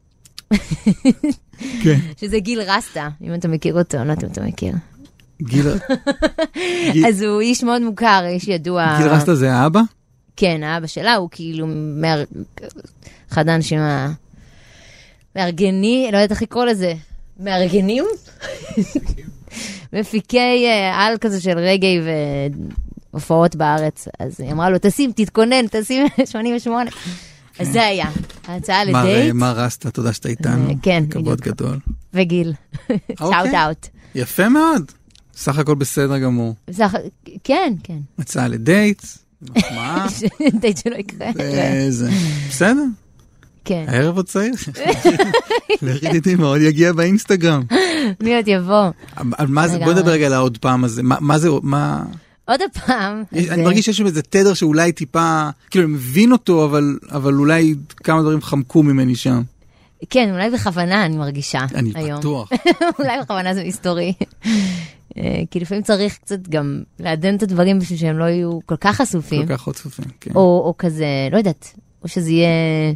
שזה גיל רסטה, אם אתה מכיר אותו, לא יודעת אם אתה מכיר. גיל... אז הוא איש מאוד מוכר, איש ידוע. גיל רסטה זה האבא? כן, האבא שלה הוא כאילו אחד האנשים המארגני, לא יודעת איך לקרוא לזה, מארגנים? מפיקי על כזה של רגעי והופעות בארץ. אז היא אמרה לו, תשים, תתכונן, תשים שמונים ושמונה. אז זה היה, ההצעה לדייט. מה רסת? תודה שאתה איתנו. כן. כבוד גדול. וגיל. שאוט אאוט. יפה מאוד. סך הכל בסדר גמור. כן, כן. הצעה לדייט, מחמאה. דייט שלא יקרה. בסדר. כן. הערב עוד צעיר. לכי איתי מאוד יגיע באינסטגרם. מי עוד יבוא? בוא נדבר רגע על העוד פעם הזה. מה זה, מה... עוד הפעם. אני מרגיש שיש שם איזה תדר שאולי טיפה, כאילו אני מבין אותו, אבל אולי כמה דברים חמקו ממני שם. כן, אולי בכוונה אני מרגישה אני היום. בטוח. אולי בכוונה זה היסטורי. כי לפעמים צריך קצת גם לעדן את הדברים בשביל שהם לא יהיו כל כך חשופים. כל כך חשופים, כן. או כזה, לא יודעת, או שזה יהיה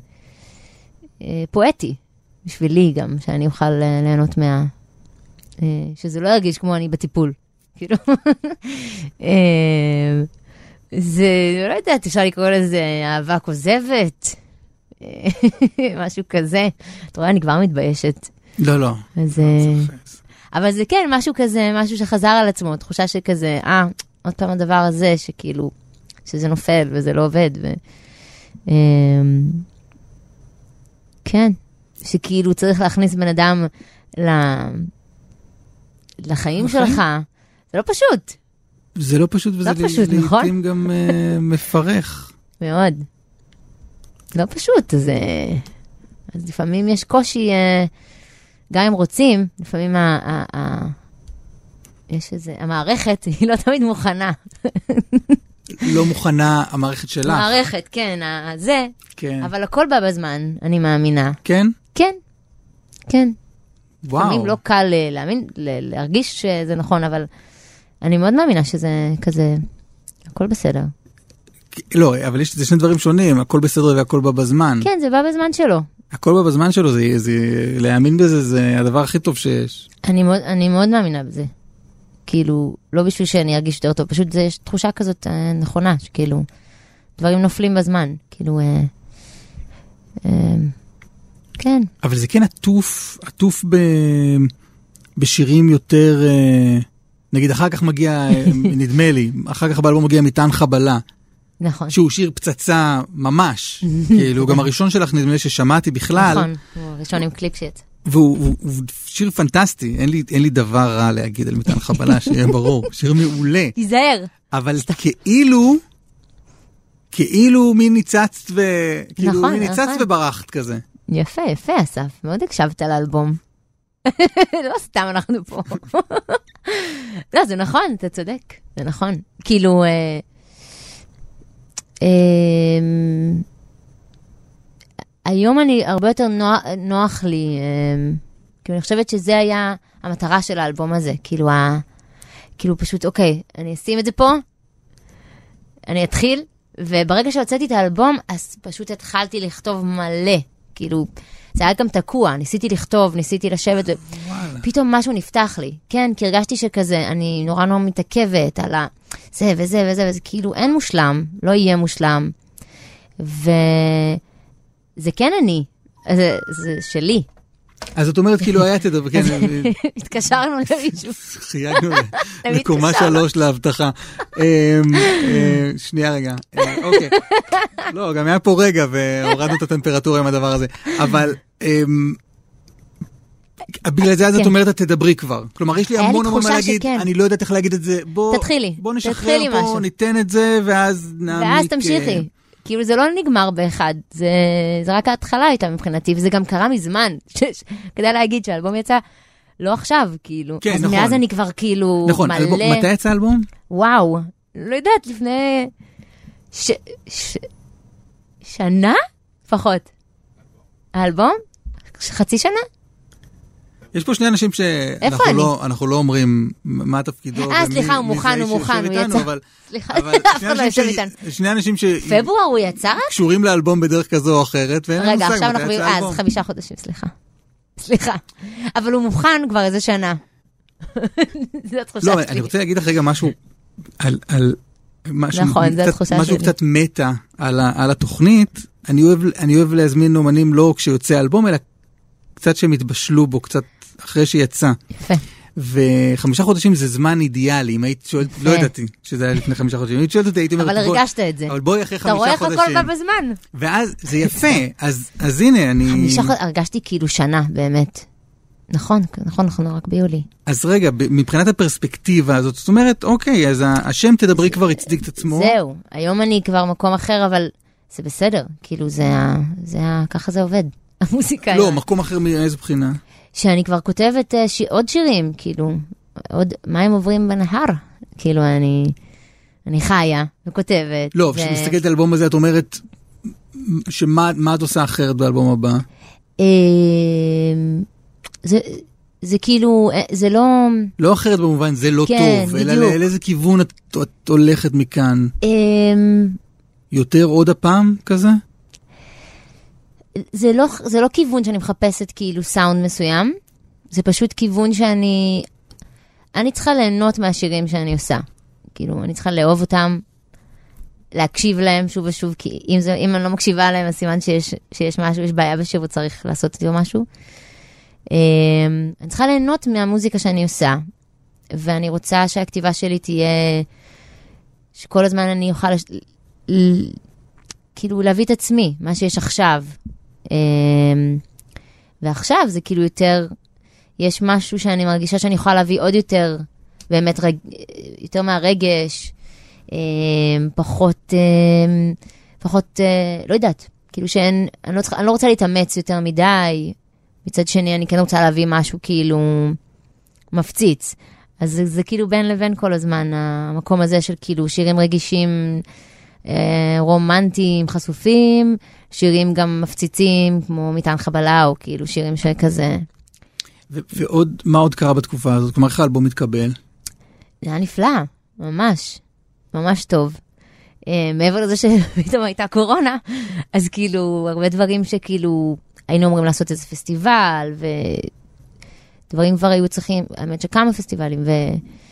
פואטי, בשבילי גם, שאני אוכל ליהנות מה... שזה לא ירגיש כמו אני בטיפול. כאילו, זה, לא יודעת, אפשר לקרוא לזה אהבה כוזבת, משהו כזה. אתה רואה, אני כבר מתביישת. לא, לא. אז, אבל זה כן, משהו כזה, משהו שחזר על עצמו, תחושה שכזה, אה, עוד פעם הדבר הזה, שכאילו, שזה נופל וזה לא עובד. ו... כן, שכאילו צריך להכניס בן אדם לחיים שלך. זה לא פשוט. זה לא פשוט, וזה לא פשוט, נכון? לעתים גם מפרך. מאוד. לא פשוט, אז, אז לפעמים יש קושי, גם אם רוצים, לפעמים ה, ה, ה, יש איזה, המערכת היא לא תמיד מוכנה. לא מוכנה המערכת שלך. המערכת, כן, זה, כן. אבל הכל בא בזמן, אני מאמינה. כן? כן, כן. וואו. לפעמים לא קל להאמין, להרגיש שזה נכון, אבל אני מאוד מאמינה שזה כזה, הכל בסדר. לא, אבל יש, זה שני דברים שונים, הכל בסדר והכל בא בזמן. כן, זה בא בזמן שלו. הכל בא בזמן שלו, זה, זה, להאמין בזה, זה הדבר הכי טוב שיש. אני מאוד, אני מאוד מאמינה בזה. כאילו, לא בשביל שאני ארגיש יותר טוב, פשוט זה, יש תחושה כזאת אה, נכונה, שכאילו, דברים נופלים בזמן, כאילו, אה, אה, כן. אבל זה כן עטוף, עטוף ב, בשירים יותר, אה, נגיד אחר כך מגיע, נדמה לי, אחר כך באלבום מגיע מטען חבלה. נכון. שהוא שיר פצצה ממש, כאילו, גם הראשון שלך נדמה לי ששמעתי בכלל. נכון, הוא הראשון עם קליפ שיט. והוא הוא, הוא שיר פנטסטי, אין לי, אין לי דבר רע להגיד על מטען חבלה, שיהיה ברור, שיר מעולה. תיזהר. אבל כאילו, כאילו מי ניצצת ו... כאילו נכון, מי ניצצת נכון. וברחת כזה. יפה, יפה, אסף. מאוד הקשבת לאלבום. לא סתם אנחנו פה. לא, זה נכון, אתה צודק. זה נכון. כאילו... אה, אה, היום אני הרבה יותר נוח, נוח לי, אה, כאילו אני חושבת שזה היה המטרה של האלבום הזה. כאילו, ה, כאילו פשוט, אוקיי, אני אשים את זה פה, אני אתחיל, וברגע שהוצאתי את האלבום, אז פשוט התחלתי לכתוב מלא. כאילו, זה היה גם תקוע, ניסיתי לכתוב, ניסיתי לשבת, ופתאום משהו נפתח לי. כן, כי הרגשתי שכזה, אני נורא נורא מתעכבת על ה... זה וזה וזה וזה, כאילו אין מושלם, לא יהיה מושלם. וזה כן אני, זה, זה שלי. אז את אומרת, כאילו היה תדבר, כן. התקשרנו למישהו. חייגנו לקומה שלוש להבטחה. שנייה רגע. אוקיי. לא, גם היה פה רגע, והורדנו את הטמפרטורה עם הדבר הזה. אבל, בגלל זה אז את אומרת, את תדברי כבר. כלומר, יש לי המון המון מה להגיד, אני לא יודעת איך להגיד את זה. תתחילי. בוא נשחרר פה, ניתן את זה, ואז נעמיק. ואז תמשיכי. כאילו זה לא נגמר באחד, זה, זה רק ההתחלה הייתה מבחינתי, וזה גם קרה מזמן, כדאי להגיד שהאלבום יצא לא עכשיו, כאילו. כן, אז נכון. מאז אני כבר כאילו נכון, מלא... אלבום, מתי יצא האלבום? וואו, לא יודעת, לפני ש... ש... שנה? פחות. האלבום? חצי שנה? יש פה שני אנשים שאנחנו לא, אנחנו לא אומרים מה תפקידו. אה, סליחה, הוא מוכן, הוא מוכן, הוא יצא. סליחה, אף אחד לא יושב איתנו. שני אנשים ש... פברואר הוא יצא? קשורים לאלבום בדרך כזו או אחרת, ואין לנו רגע, מושג עכשיו מתי אנחנו... יצא אה, האלבום. אז חמישה חודשים, סליחה. סליחה. אבל הוא מוכן כבר איזה שנה. זו התחושה שלי. לא, אני רוצה להגיד לך רגע משהו על... משהו, נכון, זו קצת, התחושה משהו שלי. קצת מטה על, ה, על התוכנית. אני אוהב, אני אוהב להזמין אומנים לא כשיוצא אלבום, אלא קצת שהם התבשלו בו, קצת אחרי שיצא. יפה. וחמישה חודשים זה זמן אידיאלי, אם היית שואלת, לא ידעתי שזה היה לפני חמישה חודשים, אם היית שואלת אותי, הייתי אומרת, אבל הרגשת את זה. אבל בואי אחרי חמישה חודשים. אתה רואה איך הכל בא בזמן. ואז זה יפה, אז הנה, אני... חמישה חודשים, הרגשתי כאילו שנה, באמת. נכון, נכון, נכון, רק ביולי. אז רגע, מבחינת הפרספקטיבה הזאת, זאת אומרת, אוקיי, אז השם תדברי כבר הצדיק את עצמו. זהו, היום אני כבר מקום אחר, אבל זה בסדר, כאילו זה, זה, ככה זה עובד, המוזיקה. לא, מקום אחר מאיזו בחינה? שאני כבר כותבת ש... עוד שירים, כאילו, עוד, מה הם עוברים בנהר? כאילו, אני, אני חיה וכותבת. לא, ו... כשמסתכלת על האלבום הזה, את אומרת, שמה, מה את עושה אחרת באלבום הבא? זה, זה כאילו, זה לא... לא אחרת במובן, זה לא כן, טוב, בדיוק. אלא לאיזה כיוון את, את הולכת מכאן? יותר עוד הפעם כזה? זה לא, זה לא כיוון שאני מחפשת כאילו סאונד מסוים, זה פשוט כיוון שאני, אני צריכה ליהנות מהשירים שאני עושה. כאילו, אני צריכה לאהוב אותם, להקשיב להם שוב ושוב, כי אם, זה, אם אני לא מקשיבה להם, אז סימן שיש, שיש משהו, יש בעיה בשיר וצריך לעשות איתו משהו. אני צריכה ליהנות מהמוזיקה שאני עושה, ואני רוצה שהכתיבה שלי תהיה, שכל הזמן אני אוכל לש... כאילו להביא את עצמי, מה שיש עכשיו. ועכשיו זה כאילו יותר, יש משהו שאני מרגישה שאני יכולה להביא עוד יותר, באמת רג... יותר מהרגש, פחות, פחות, לא יודעת, כאילו שאין, אני לא, צריכה, אני לא רוצה להתאמץ יותר מדי, מצד שני אני כן רוצה להביא משהו כאילו מפציץ. אז זה, זה כאילו בין לבין כל הזמן, המקום הזה של כאילו שירים רגישים, רומנטיים, חשופים, שירים גם מפציצים, כמו מטען חבלה, או כאילו שירים שכזה. ו- ועוד, מה עוד קרה בתקופה הזאת? כלומר, איך האלבום מתקבל? זה היה נפלא, ממש, ממש טוב. מעבר לזה שפתאום הייתה קורונה, אז כאילו, הרבה דברים שכאילו, היינו אומרים לעשות איזה פסטיבל, ודברים כבר היו צריכים, האמת שכמה פסטיבלים, ו...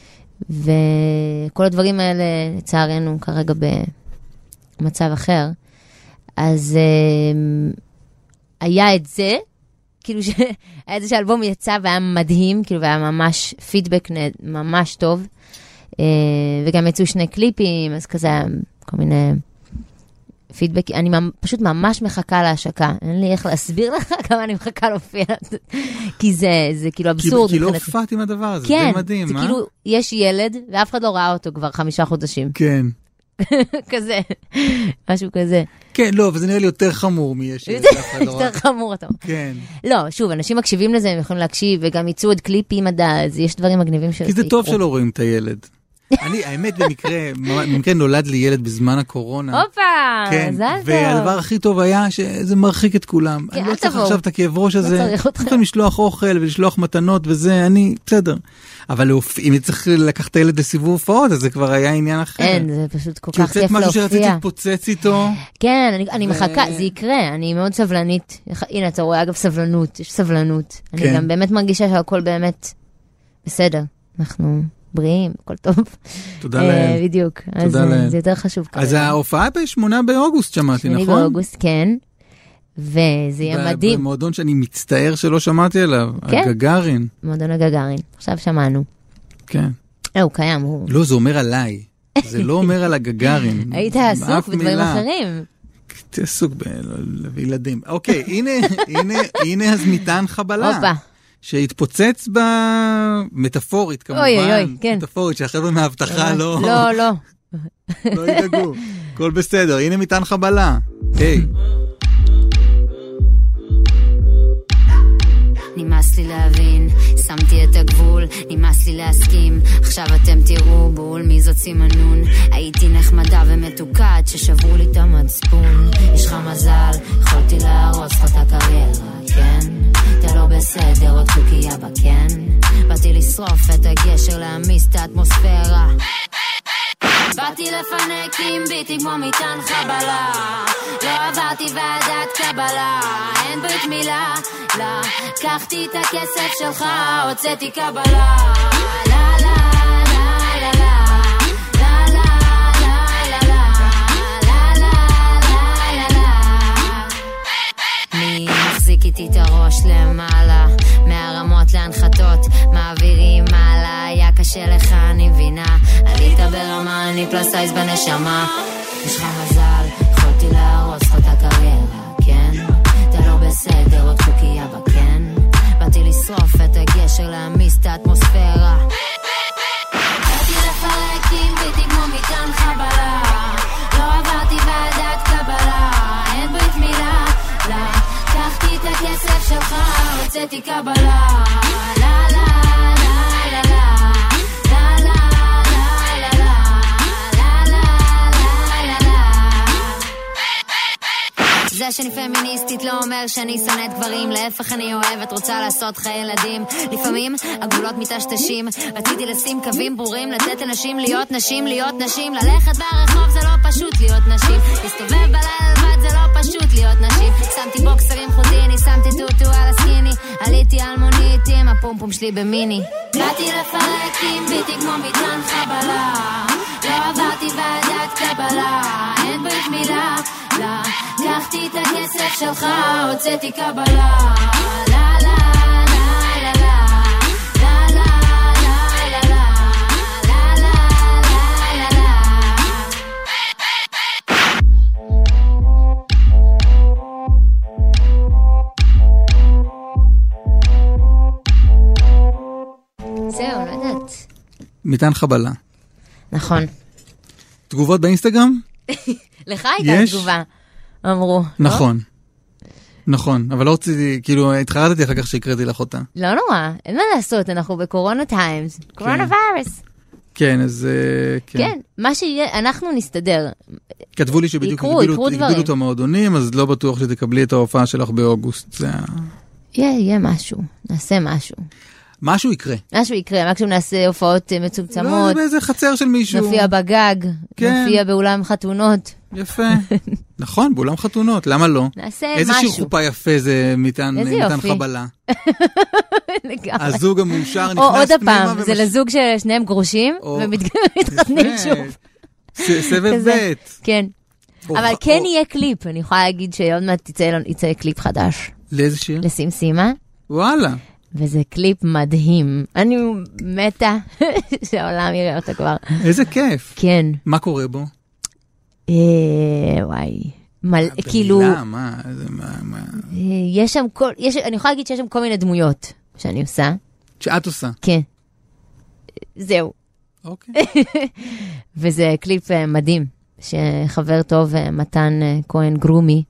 וכל הדברים האלה, לצערנו, כרגע במצב אחר. אז היה את זה, כאילו שהיה את זה שהאלבום יצא והיה מדהים, כאילו והיה ממש פידבק ממש טוב, וגם יצאו שני קליפים, אז כזה כל מיני פידבק, אני פשוט ממש מחכה להשקה, אין לי איך להסביר לך כמה אני מחכה להופיע, כי זה, זה כאילו אבסורד. כי לא הופעת עם הדבר הזה, כן, זה מדהים, זה מה? כאילו, יש ילד, ואף אחד לא ראה אותו כבר חמישה חודשים. כן. כזה, משהו כזה. כן, לא, אבל זה נראה לי יותר חמור מיש ילד, אף אחד לא ראה. יותר חמור אתה. כן. לא, שוב, אנשים מקשיבים לזה, הם יכולים להקשיב, וגם ייצאו עוד קליפים עד אז, יש דברים מגניבים של... כי זה טוב שלא רואים את הילד. אני, האמת, במקרה, במקרה נולד לי ילד בזמן הקורונה. הופה, מזל טוב. והדבר הכי טוב היה שזה מרחיק את כולם. אני לא צריך עכשיו את הכאב ראש הזה. לא צריך אותך. צריכים לשלוח אוכל ולשלוח מתנות וזה, אני, בסדר. אבל אם צריך לקחת את הילד לסיבוב הופעות, אז זה כבר היה עניין אחר. אין, זה פשוט כל כך כיף להופיע. כי משהו שרציתי להתפוצץ איתו. כן, אני מחכה, זה יקרה, אני מאוד סבלנית. הנה, אתה רואה אגב סבלנות, יש סבלנות. אני גם באמת מרגישה שהכל באמת בסדר. אנחנו... בריאים, הכל טוב. תודה לאל. בדיוק. אז זה יותר חשוב. אז ההופעה בשמונה באוגוסט שמעתי, נכון? שמונה באוגוסט, כן. וזה יהיה מדהים. במועדון שאני מצטער שלא שמעתי עליו, הגגארין. מועדון הגגארין, עכשיו שמענו. כן. אה, הוא קיים, הוא... לא, זה אומר עליי. זה לא אומר על הגגארין. היית עסוק בדברים אחרים. הייתי עסוק בילדים. אוקיי, הנה אז מטען חבלה. הופה. שהתפוצץ במטאפורית, כמובן. אוי, אוי, אוי, כן. מטאפורית, שהחבר'ה מההבטחה לא... לא, לא. לא ידאגו. הכל בסדר. הנה מטען חבלה. היי. נמאס לי להבין, שמתי את הגבול, נמאס לי להסכים, עכשיו אתם תראו בול מי זאת סימנון, הייתי נחמדה ומתוקה עד ששברו לי את המצפון, יש לך מזל, יכולתי להרוס לך את הקריירה, כן? אתה לא בסדר, עוד קוקייה בכן, באתי לשרוף את הגשר, להמיס את האטמוספירה, באתי לפנק עם ביטי כמו מטען חבלה, לא עברתי ועדת קבלה, אין ברית מילה, לא, קחתי את הכסף שלך, הוצאתי קבלה, לה לה לה לה לה לה לה לה לה לה. מי מחזיק איתי את הראש למעלה, מהרמות להנחתות, מעבירים ברמה, אני פלוס סייז בנשמה. יש לך מזל, יכולתי להרוס לך את הקריירה, כן? אתה לא בסדר, עוד חוקיה בכן. באתי לשרוף את הגשר, להמיס את האטמוספירה. באתי לפרק עם ביטי כמו מטען חבלה. לא עברתי ועדת קבלה, אין ברית מילה, לא. קחתי את הכסף שלך, הוצאתי קבלה. לה לה לה לה לה זה שאני פמיניסטית לא אומר שאני שונאת גברים, להפך אני אוהבת, רוצה לעשות חיי ילדים. לפעמים הגבולות מתשתשים, רציתי לשים קווים ברורים, לתת לנשים להיות נשים, להיות נשים. ללכת ברחוב זה לא פשוט להיות נשים, להסתובב בלילה לבד זה לא פשוט להיות נשים. שמתי בוקסרים חוטיני, שמתי טוטו על הסקיני, עליתי על מונית עם הפומפום שלי במיני. באתי לפרק עם ביטי כמו מטען חבלה, לא עברתי ועדת קבלה, אין ברית מילה, לא. קחתי את הכסף שלך, הוצאתי קבלה. לה לה לה לה לה לה לה לה לה לה לה לה. זהו, לא יודעת. מטען חבלה. נכון. תגובות באינסטגרם? לך הייתה תגובה, אמרו. נכון. נכון, אבל לא רציתי, כאילו, התחרדתי אחר כך שהקראתי לך אותה. לא נורא, אין מה לעשות, אנחנו בקורונה טיימס, קורונה וירוס. כן, אז... כן, מה שיהיה, אנחנו נסתדר. כתבו לי שבדיוק הגבילו את המועדונים, אז לא בטוח שתקבלי את ההופעה שלך באוגוסט. יהיה, יהיה משהו, נעשה משהו. משהו יקרה. משהו יקרה, מקסימום נעשה הופעות מצומצמות. לא, זה באיזה חצר של מישהו. נופיע בגג, נופיע באולם חתונות. יפה. נכון, באולם חתונות, למה לא? נעשה משהו. איזה שיר חופה יפה זה מטען חבלה. לגמרי. הזוג המאושר נכנס פנימה. או עוד הפעם, ומש... זה לזוג ששניהם גרושים, או... ומתחתנים שוב. סבב בית. כן. או, אבל או, כן או... יהיה קליפ, אני יכולה להגיד שעוד מעט יצא קליפ חדש. לאיזה שיר? לסימסימה. וואלה. וזה קליפ מדהים. אני מתה שהעולם יראה אותה כבר. איזה כיף. כן. מה קורה בו? אה, וואי. מלא, כאילו... במילה, מה? מה, מה? יש שם כל... יש, אני יכולה להגיד שיש שם כל מיני דמויות שאני עושה. שאת עושה? כן. זהו. אוקיי. וזה קליפ מדהים, שחבר טוב, מתן כהן גרומי,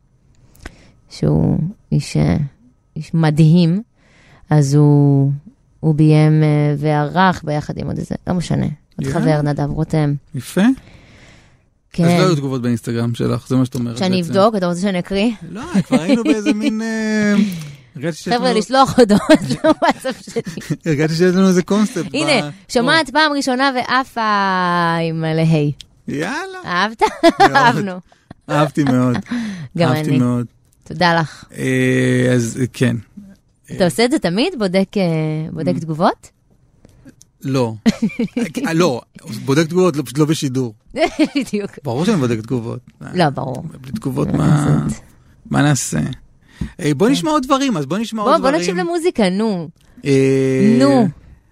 שהוא איש, איש מדהים, אז הוא, הוא ביים וערך ביחד עם עוד איזה, לא משנה, עוד yeah. חבר נדב רותם. יפה. כן. אז לא היו תגובות באינסטגרם שלך, זה מה שאת אומרת. שאני אבדוק, אתה רוצה שאני אקריא? לא, כבר היינו באיזה מין... חבר'ה, לשלוח הודעות לוואטסאפ שלי. הרגעתי שיש לנו איזה קונספט. הנה, שומעת פעם ראשונה ואפה עם להי. יאללה. אהבת? אהבנו. אהבתי מאוד. גם אני. אהבתי מאוד. תודה לך. אז כן. אתה עושה את זה תמיד? בודק תגובות? לא. לא, בודק תגובות, פשוט לא בשידור. בדיוק. ברור שאני בודק תגובות. לא, ברור. בלי תגובות, מה נעשה? בוא נשמע עוד דברים, אז בוא נשמע עוד דברים. בוא נקשיב למוזיקה, נו. נו.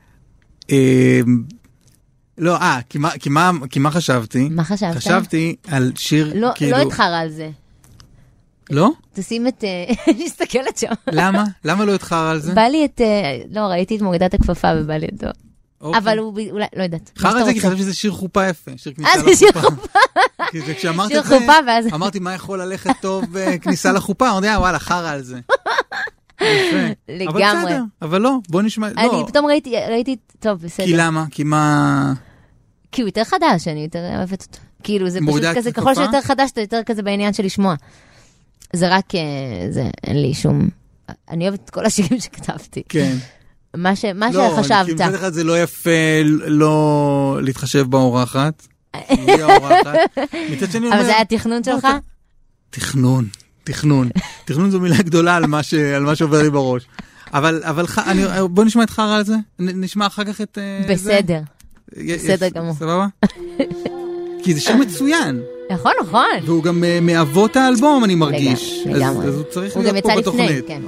לא, אה, כי מה חשבתי? מה חשבת? חשבתי על שיר כאילו... לא התחרה על זה. לא? תשים את... נסתכלת שם. למה? למה לא התחרה על זה? בא לי את... לא, ראיתי את מורידת הכפפה ובא לי אותו. אבל הוא אולי, לא יודעת. חרא זה כי חשבתי שזה שיר חופה יפה. אה, זה שיר חופה. כשאמרת את זה, אמרתי מה יכול ללכת טוב כניסה לחופה, אמרתי, וואלה, חרא על זה. לגמרי. אבל בסדר, אבל לא, בוא נשמע. אני פתאום ראיתי, טוב, בסדר. כי למה? כי מה... כי הוא יותר חדש, אני יותר אוהבת אותו. כאילו, זה פשוט כזה, ככל שיותר חדש, אתה יותר כזה בעניין של לשמוע. זה רק, זה, אין לי שום... אני אוהבת את כל השירים שכתבתי. כן. מה שחשבת. לא, כי מצד אחד זה לא יפה לא להתחשב באורחת. היא האורחת. מצד שני אומר... אבל זה היה תכנון שלך? תכנון, תכנון. תכנון זו מילה גדולה על מה שעובר לי בראש. אבל בוא נשמע את חרא על זה. נשמע אחר כך את זה. בסדר. בסדר גמור. סבבה? כי זה שיר מצוין. נכון, נכון. והוא גם מאבות האלבום, אני מרגיש. לגמרי. אז הוא צריך להיות פה בתוכנית. כן.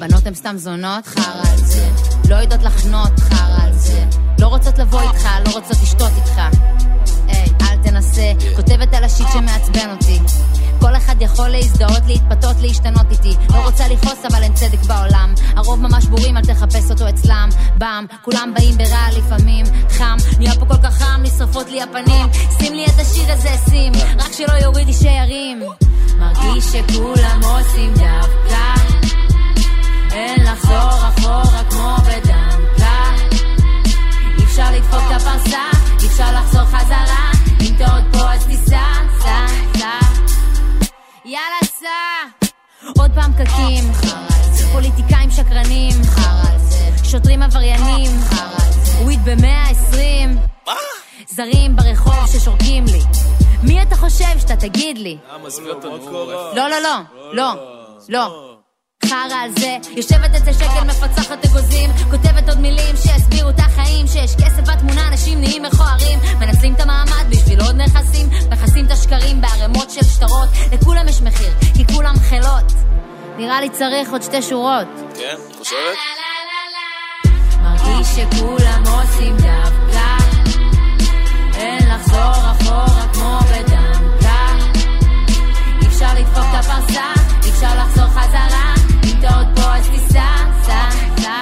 בנות הם סתם זונות, חרה על זה. לא יודעות לחנות, חרה על זה. לא רוצות לבוא איתך, לא רוצות לשתות איתך. היי, אל תנסה, כותבת על השיט שמעצבן אותי. כל אחד יכול להזדהות, להתפתות, להשתנות איתי. לא רוצה לכעוס אבל אין צדק בעולם. הרוב ממש בורים, אל תחפש אותו אצלם. בם, כולם באים ברע לפעמים. חם, נהיה פה כל כך חם, נשרפות לי הפנים. שים לי את השיר הזה, שים, רק שלא יוריד לי שירים. מרגיש שכולם עושים דווקא, אין לחזור אחורה כמו בדמקה. אי אפשר לדפוק את הפרסה, אי אפשר לחזור חזרה. אם אתה עוד פה אז תיסע, סע, סע, יאללה סע. עוד פעם קקים, פוליטיקאים שקרנים, שוטרים עבריינים, וויד במאה עשרים, זרים ברחוב ששורקים לי. מי אתה חושב שאתה תגיד לי? לא, לא, לא, לא, לא. חרה על זה, יושבת אצל שקל, מפצחת אגוזים, כותבת עוד מילים שיסבירו את החיים, שיש כסף בתמונה, אנשים נהיים מכוערים, מנצלים את המעמד בשביל עוד נכסים, מכסים את השקרים בערימות של שטרות. לכולם יש מחיר, כי כולם חילות. נראה לי צריך עוד שתי שורות. כן, חושבת? מרגיש שכולם עושים דווקא, אין לחזור אחורה כמו בדמקה. אי אפשר לדפוק את הפרסה, אי אפשר לחזור חזרה. אם אתה עוד פה אז תיסע, סע, סע.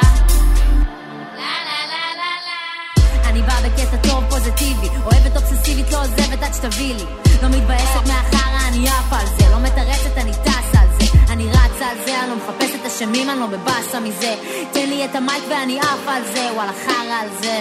אני באה בקטע טוב פוזיטיבי, אוהבת אובססיבית, לא עוזבת עד שתביא לי. לא מתבאסת מהחרה, אני אף על זה, לא מתרצת, אני טסה על זה. אני רצה על זה, אני לא מחפשת את השמים, אני לא בבאסה מזה. תן לי את המייק ואני אף על זה, וואלה חרה על זה.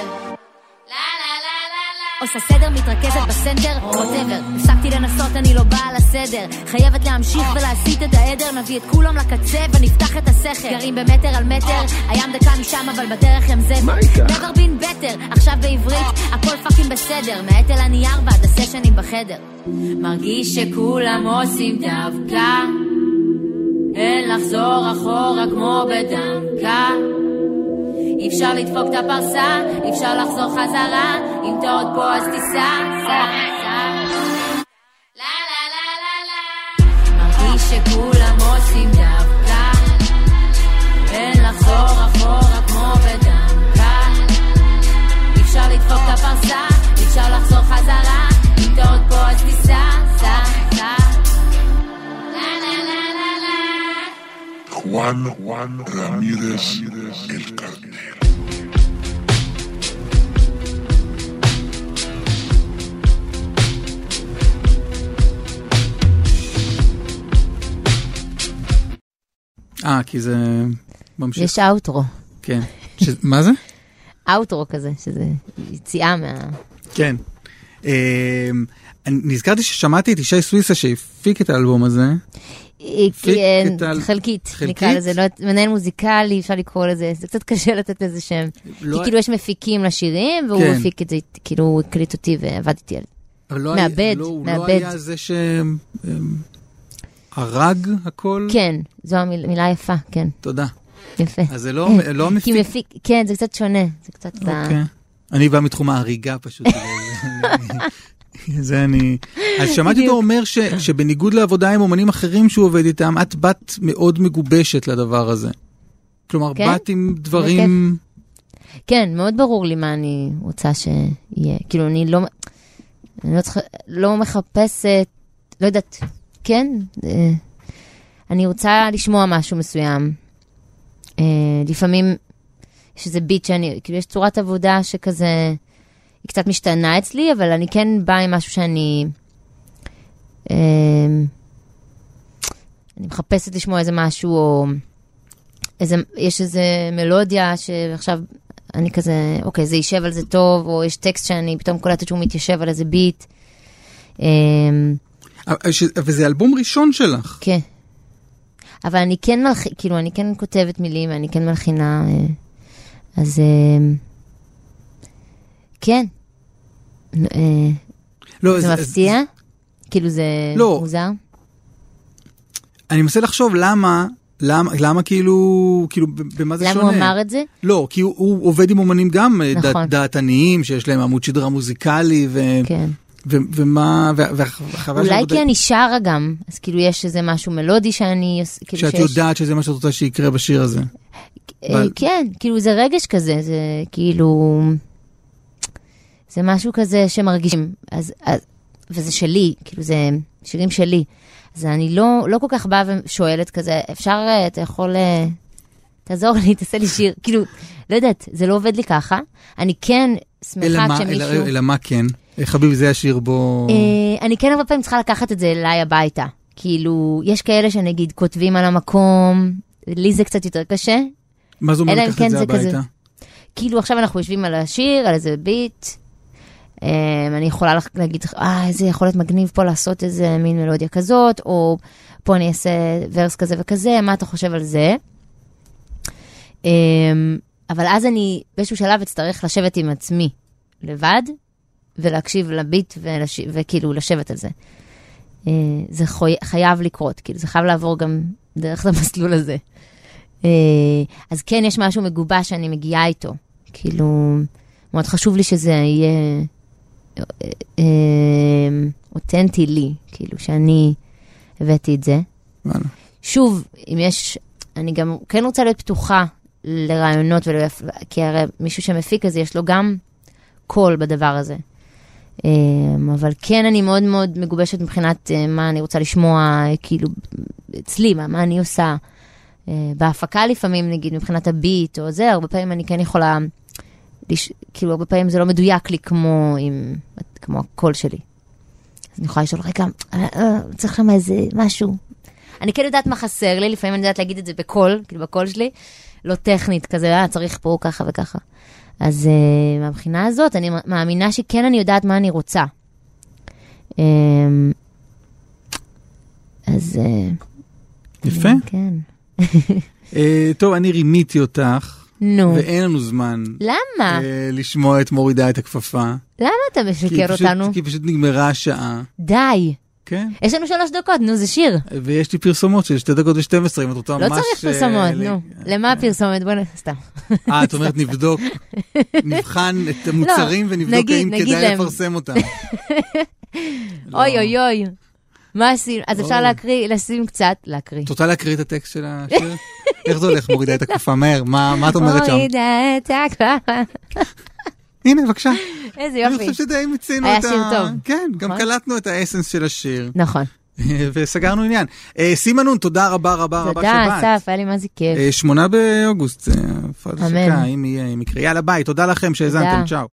עושה סדר, מתרכזת בסנטר, כותבר, הפסקתי לנסות, אני לא באה לסדר. חייבת להמשיך ולהסיט את העדר, נביא את כולם לקצה ונפתח את הסכר. גרים במטר על מטר, הים דקה משם אבל בדרך הם זבר. never been better, עכשיו בעברית, הכל פאקינג בסדר. מעט אל הנייר ועד הסשנים בחדר. מרגיש שכולם עושים דווקא, אין לחזור אחורה כמו בדמקה. אי אפשר לדפוק את הפרסה, אי אפשר לחזור חזרה. אם אתה עוד פה אז תיסע, סע, סע. לה לה לה לה לה. מרגיש שכולם עושים דווקא, אין לחזור אחורה כמו בדמקה. אי אפשר לדפוק את הפרסה, אי אפשר לחזור חזרה. אם אתה עוד פה אז תיסע, סע, סע. לה לה לה לה לה. Juan Juan Ramírez el Carnero. אה, כי זה ממשיך. יש אוטרו. כן. ש... מה זה? אוטרו כזה, שזה יציאה מה... כן. אה, נזכרתי ששמעתי את ישי סוויסה שהפיק את האלבום הזה. כן, חלקית, נקרא לזה, מנהל מוזיקלי, אפשר לקרוא לזה, זה קצת קשה לתת לזה שם, כי כאילו יש מפיקים לשירים, והוא מפיק את זה, כאילו הוא הקליט אותי ועבדתי על זה. מעבד, מעבד. הוא לא היה זה שהרג הכל? כן, זו המילה יפה, כן. תודה. יפה. אז זה לא מפיק? כן, זה קצת שונה, זה קצת... אני בא מתחום ההריגה פשוט. זה אני... אז שמעתי אותו אומר ש, שבניגוד לעבודה עם אומנים אחרים שהוא עובד איתם, את בת מאוד מגובשת לדבר הזה. כלומר, כן? בת עם דברים... כן, מאוד ברור לי מה אני רוצה שיהיה. כאילו, אני לא, אני לא, צריך, לא מחפשת, לא יודעת, כן? אני רוצה לשמוע משהו מסוים. לפעמים יש איזה ביט שאני, כאילו, יש צורת עבודה שכזה... היא קצת משתנה אצלי, אבל אני כן באה עם משהו שאני... אה, אני מחפשת לשמוע איזה משהו, או... איזה, יש איזה מלודיה שעכשיו אני כזה, אוקיי, זה יישב על זה טוב, או יש טקסט שאני פתאום קולטת שהוא מתיישב על איזה ביט. אה, וזה אלבום ראשון שלך. כן. אבל אני כן מלח... כאילו, אני כן כותבת מילים, אני כן מלחינה, אה, אז... אה, כן. זה מפתיע? כאילו זה מוזר? אני מנסה לחשוב למה, למה כאילו, כאילו במה זה שונה? למה הוא אמר את זה? לא, כי הוא עובד עם אומנים גם דעתניים, שיש להם עמוד שדרה מוזיקלי, ומה, אולי כי אני שרה גם, אז כאילו יש איזה משהו מלודי שאני... שאת יודעת שזה מה שאת רוצה שיקרה בשיר הזה. כן, כאילו זה רגש כזה, זה כאילו... זה משהו כזה שמרגישים, וזה שלי, כאילו זה שירים שלי. אז אני לא כל כך באה ושואלת כזה, אפשר, אתה יכול... תעזור לי, תעשה לי שיר. כאילו, לא יודעת, זה לא עובד לי ככה. אני כן שמחה כשמישהו... אלא מה כן? חביב, זה השיר בו... אני כן הרבה פעמים צריכה לקחת את זה אליי הביתה. כאילו, יש כאלה שנגיד כותבים על המקום, לי זה קצת יותר קשה. מה זה אומר לקחת את זה הביתה? כאילו, עכשיו אנחנו יושבים על השיר, על איזה ביט. אני יכולה להגיד, אה, איזה יכול להיות מגניב פה לעשות איזה מין מלודיה כזאת, או פה אני אעשה ורס כזה וכזה, מה אתה חושב על זה? אבל אז אני באיזשהו שלב אצטרך לשבת עם עצמי לבד, ולהקשיב לביט, וכאילו לשבת על זה. זה חייב לקרות, כאילו זה חייב לעבור גם דרך המסלול הזה. אז כן, יש משהו מגובש שאני מגיעה איתו. כאילו, מאוד חשוב לי שזה יהיה אותנטי לי, כאילו שאני הבאתי את זה. שוב, אם יש, אני גם כן רוצה להיות פתוחה לרעיונות, כי הרי מישהו שמפיק הזה, יש לו גם קול בדבר הזה. אבל כן, אני מאוד מאוד מגובשת מבחינת מה אני רוצה לשמוע, כאילו, אצלי, מה, מה אני עושה. בהפקה לפעמים, נגיד, מבחינת הביט או זה, הרבה פעמים אני כן יכולה, כאילו, הרבה פעמים זה לא מדויק לי כמו, עם, כמו הקול שלי. אז אני יכולה לשאול, רגע, צריך למה איזה משהו. אני כן יודעת מה חסר לי, לפעמים אני יודעת להגיד את זה בקול, כאילו, בקול שלי, לא טכנית, כזה, אה, צריך פה ככה וככה. אז uh, מהבחינה הזאת, אני מאמינה שכן אני יודעת מה אני רוצה. Um, אז... Uh, יפה. כן. uh, טוב, אני רימיתי אותך. נו. ואין לנו זמן. למה? Uh, לשמוע את מורידה את הכפפה. למה אתה משקר אותנו? כי פשוט נגמרה השעה. די. כן. יש לנו שלוש דקות, נו, זה שיר. ויש לי פרסומות של שתי דקות ושתים עשרה, אם את רוצה ממש... לא צריך פרסומות, נו. למה הפרסומת? בוא נסתם. אה, את אומרת, נבדוק, נבחן את המוצרים ונבדוק האם כדאי לפרסם אותם. אוי, אוי, אוי. מה עושים? אז אפשר להקריא, לשים קצת, להקריא. את רוצה להקריא את הטקסט של השיר? איך זה הולך, מורידה את הכפפה? מהר, מה את אומרת שם? מורידה את הכפפה. הנה, בבקשה. איזה יופי. אני חושב שדי מצינו את ה... היה שיר טוב. כן, גם קלטנו את האסנס של השיר. נכון. וסגרנו עניין. סימנון, תודה רבה רבה רבה שבאת. תודה, אסף, היה לי מה זה כיף. שמונה באוגוסט, אמן. אם יהיה, אם יקרה. יאללה, ביי, תודה לכם שהזנתם, צ'או.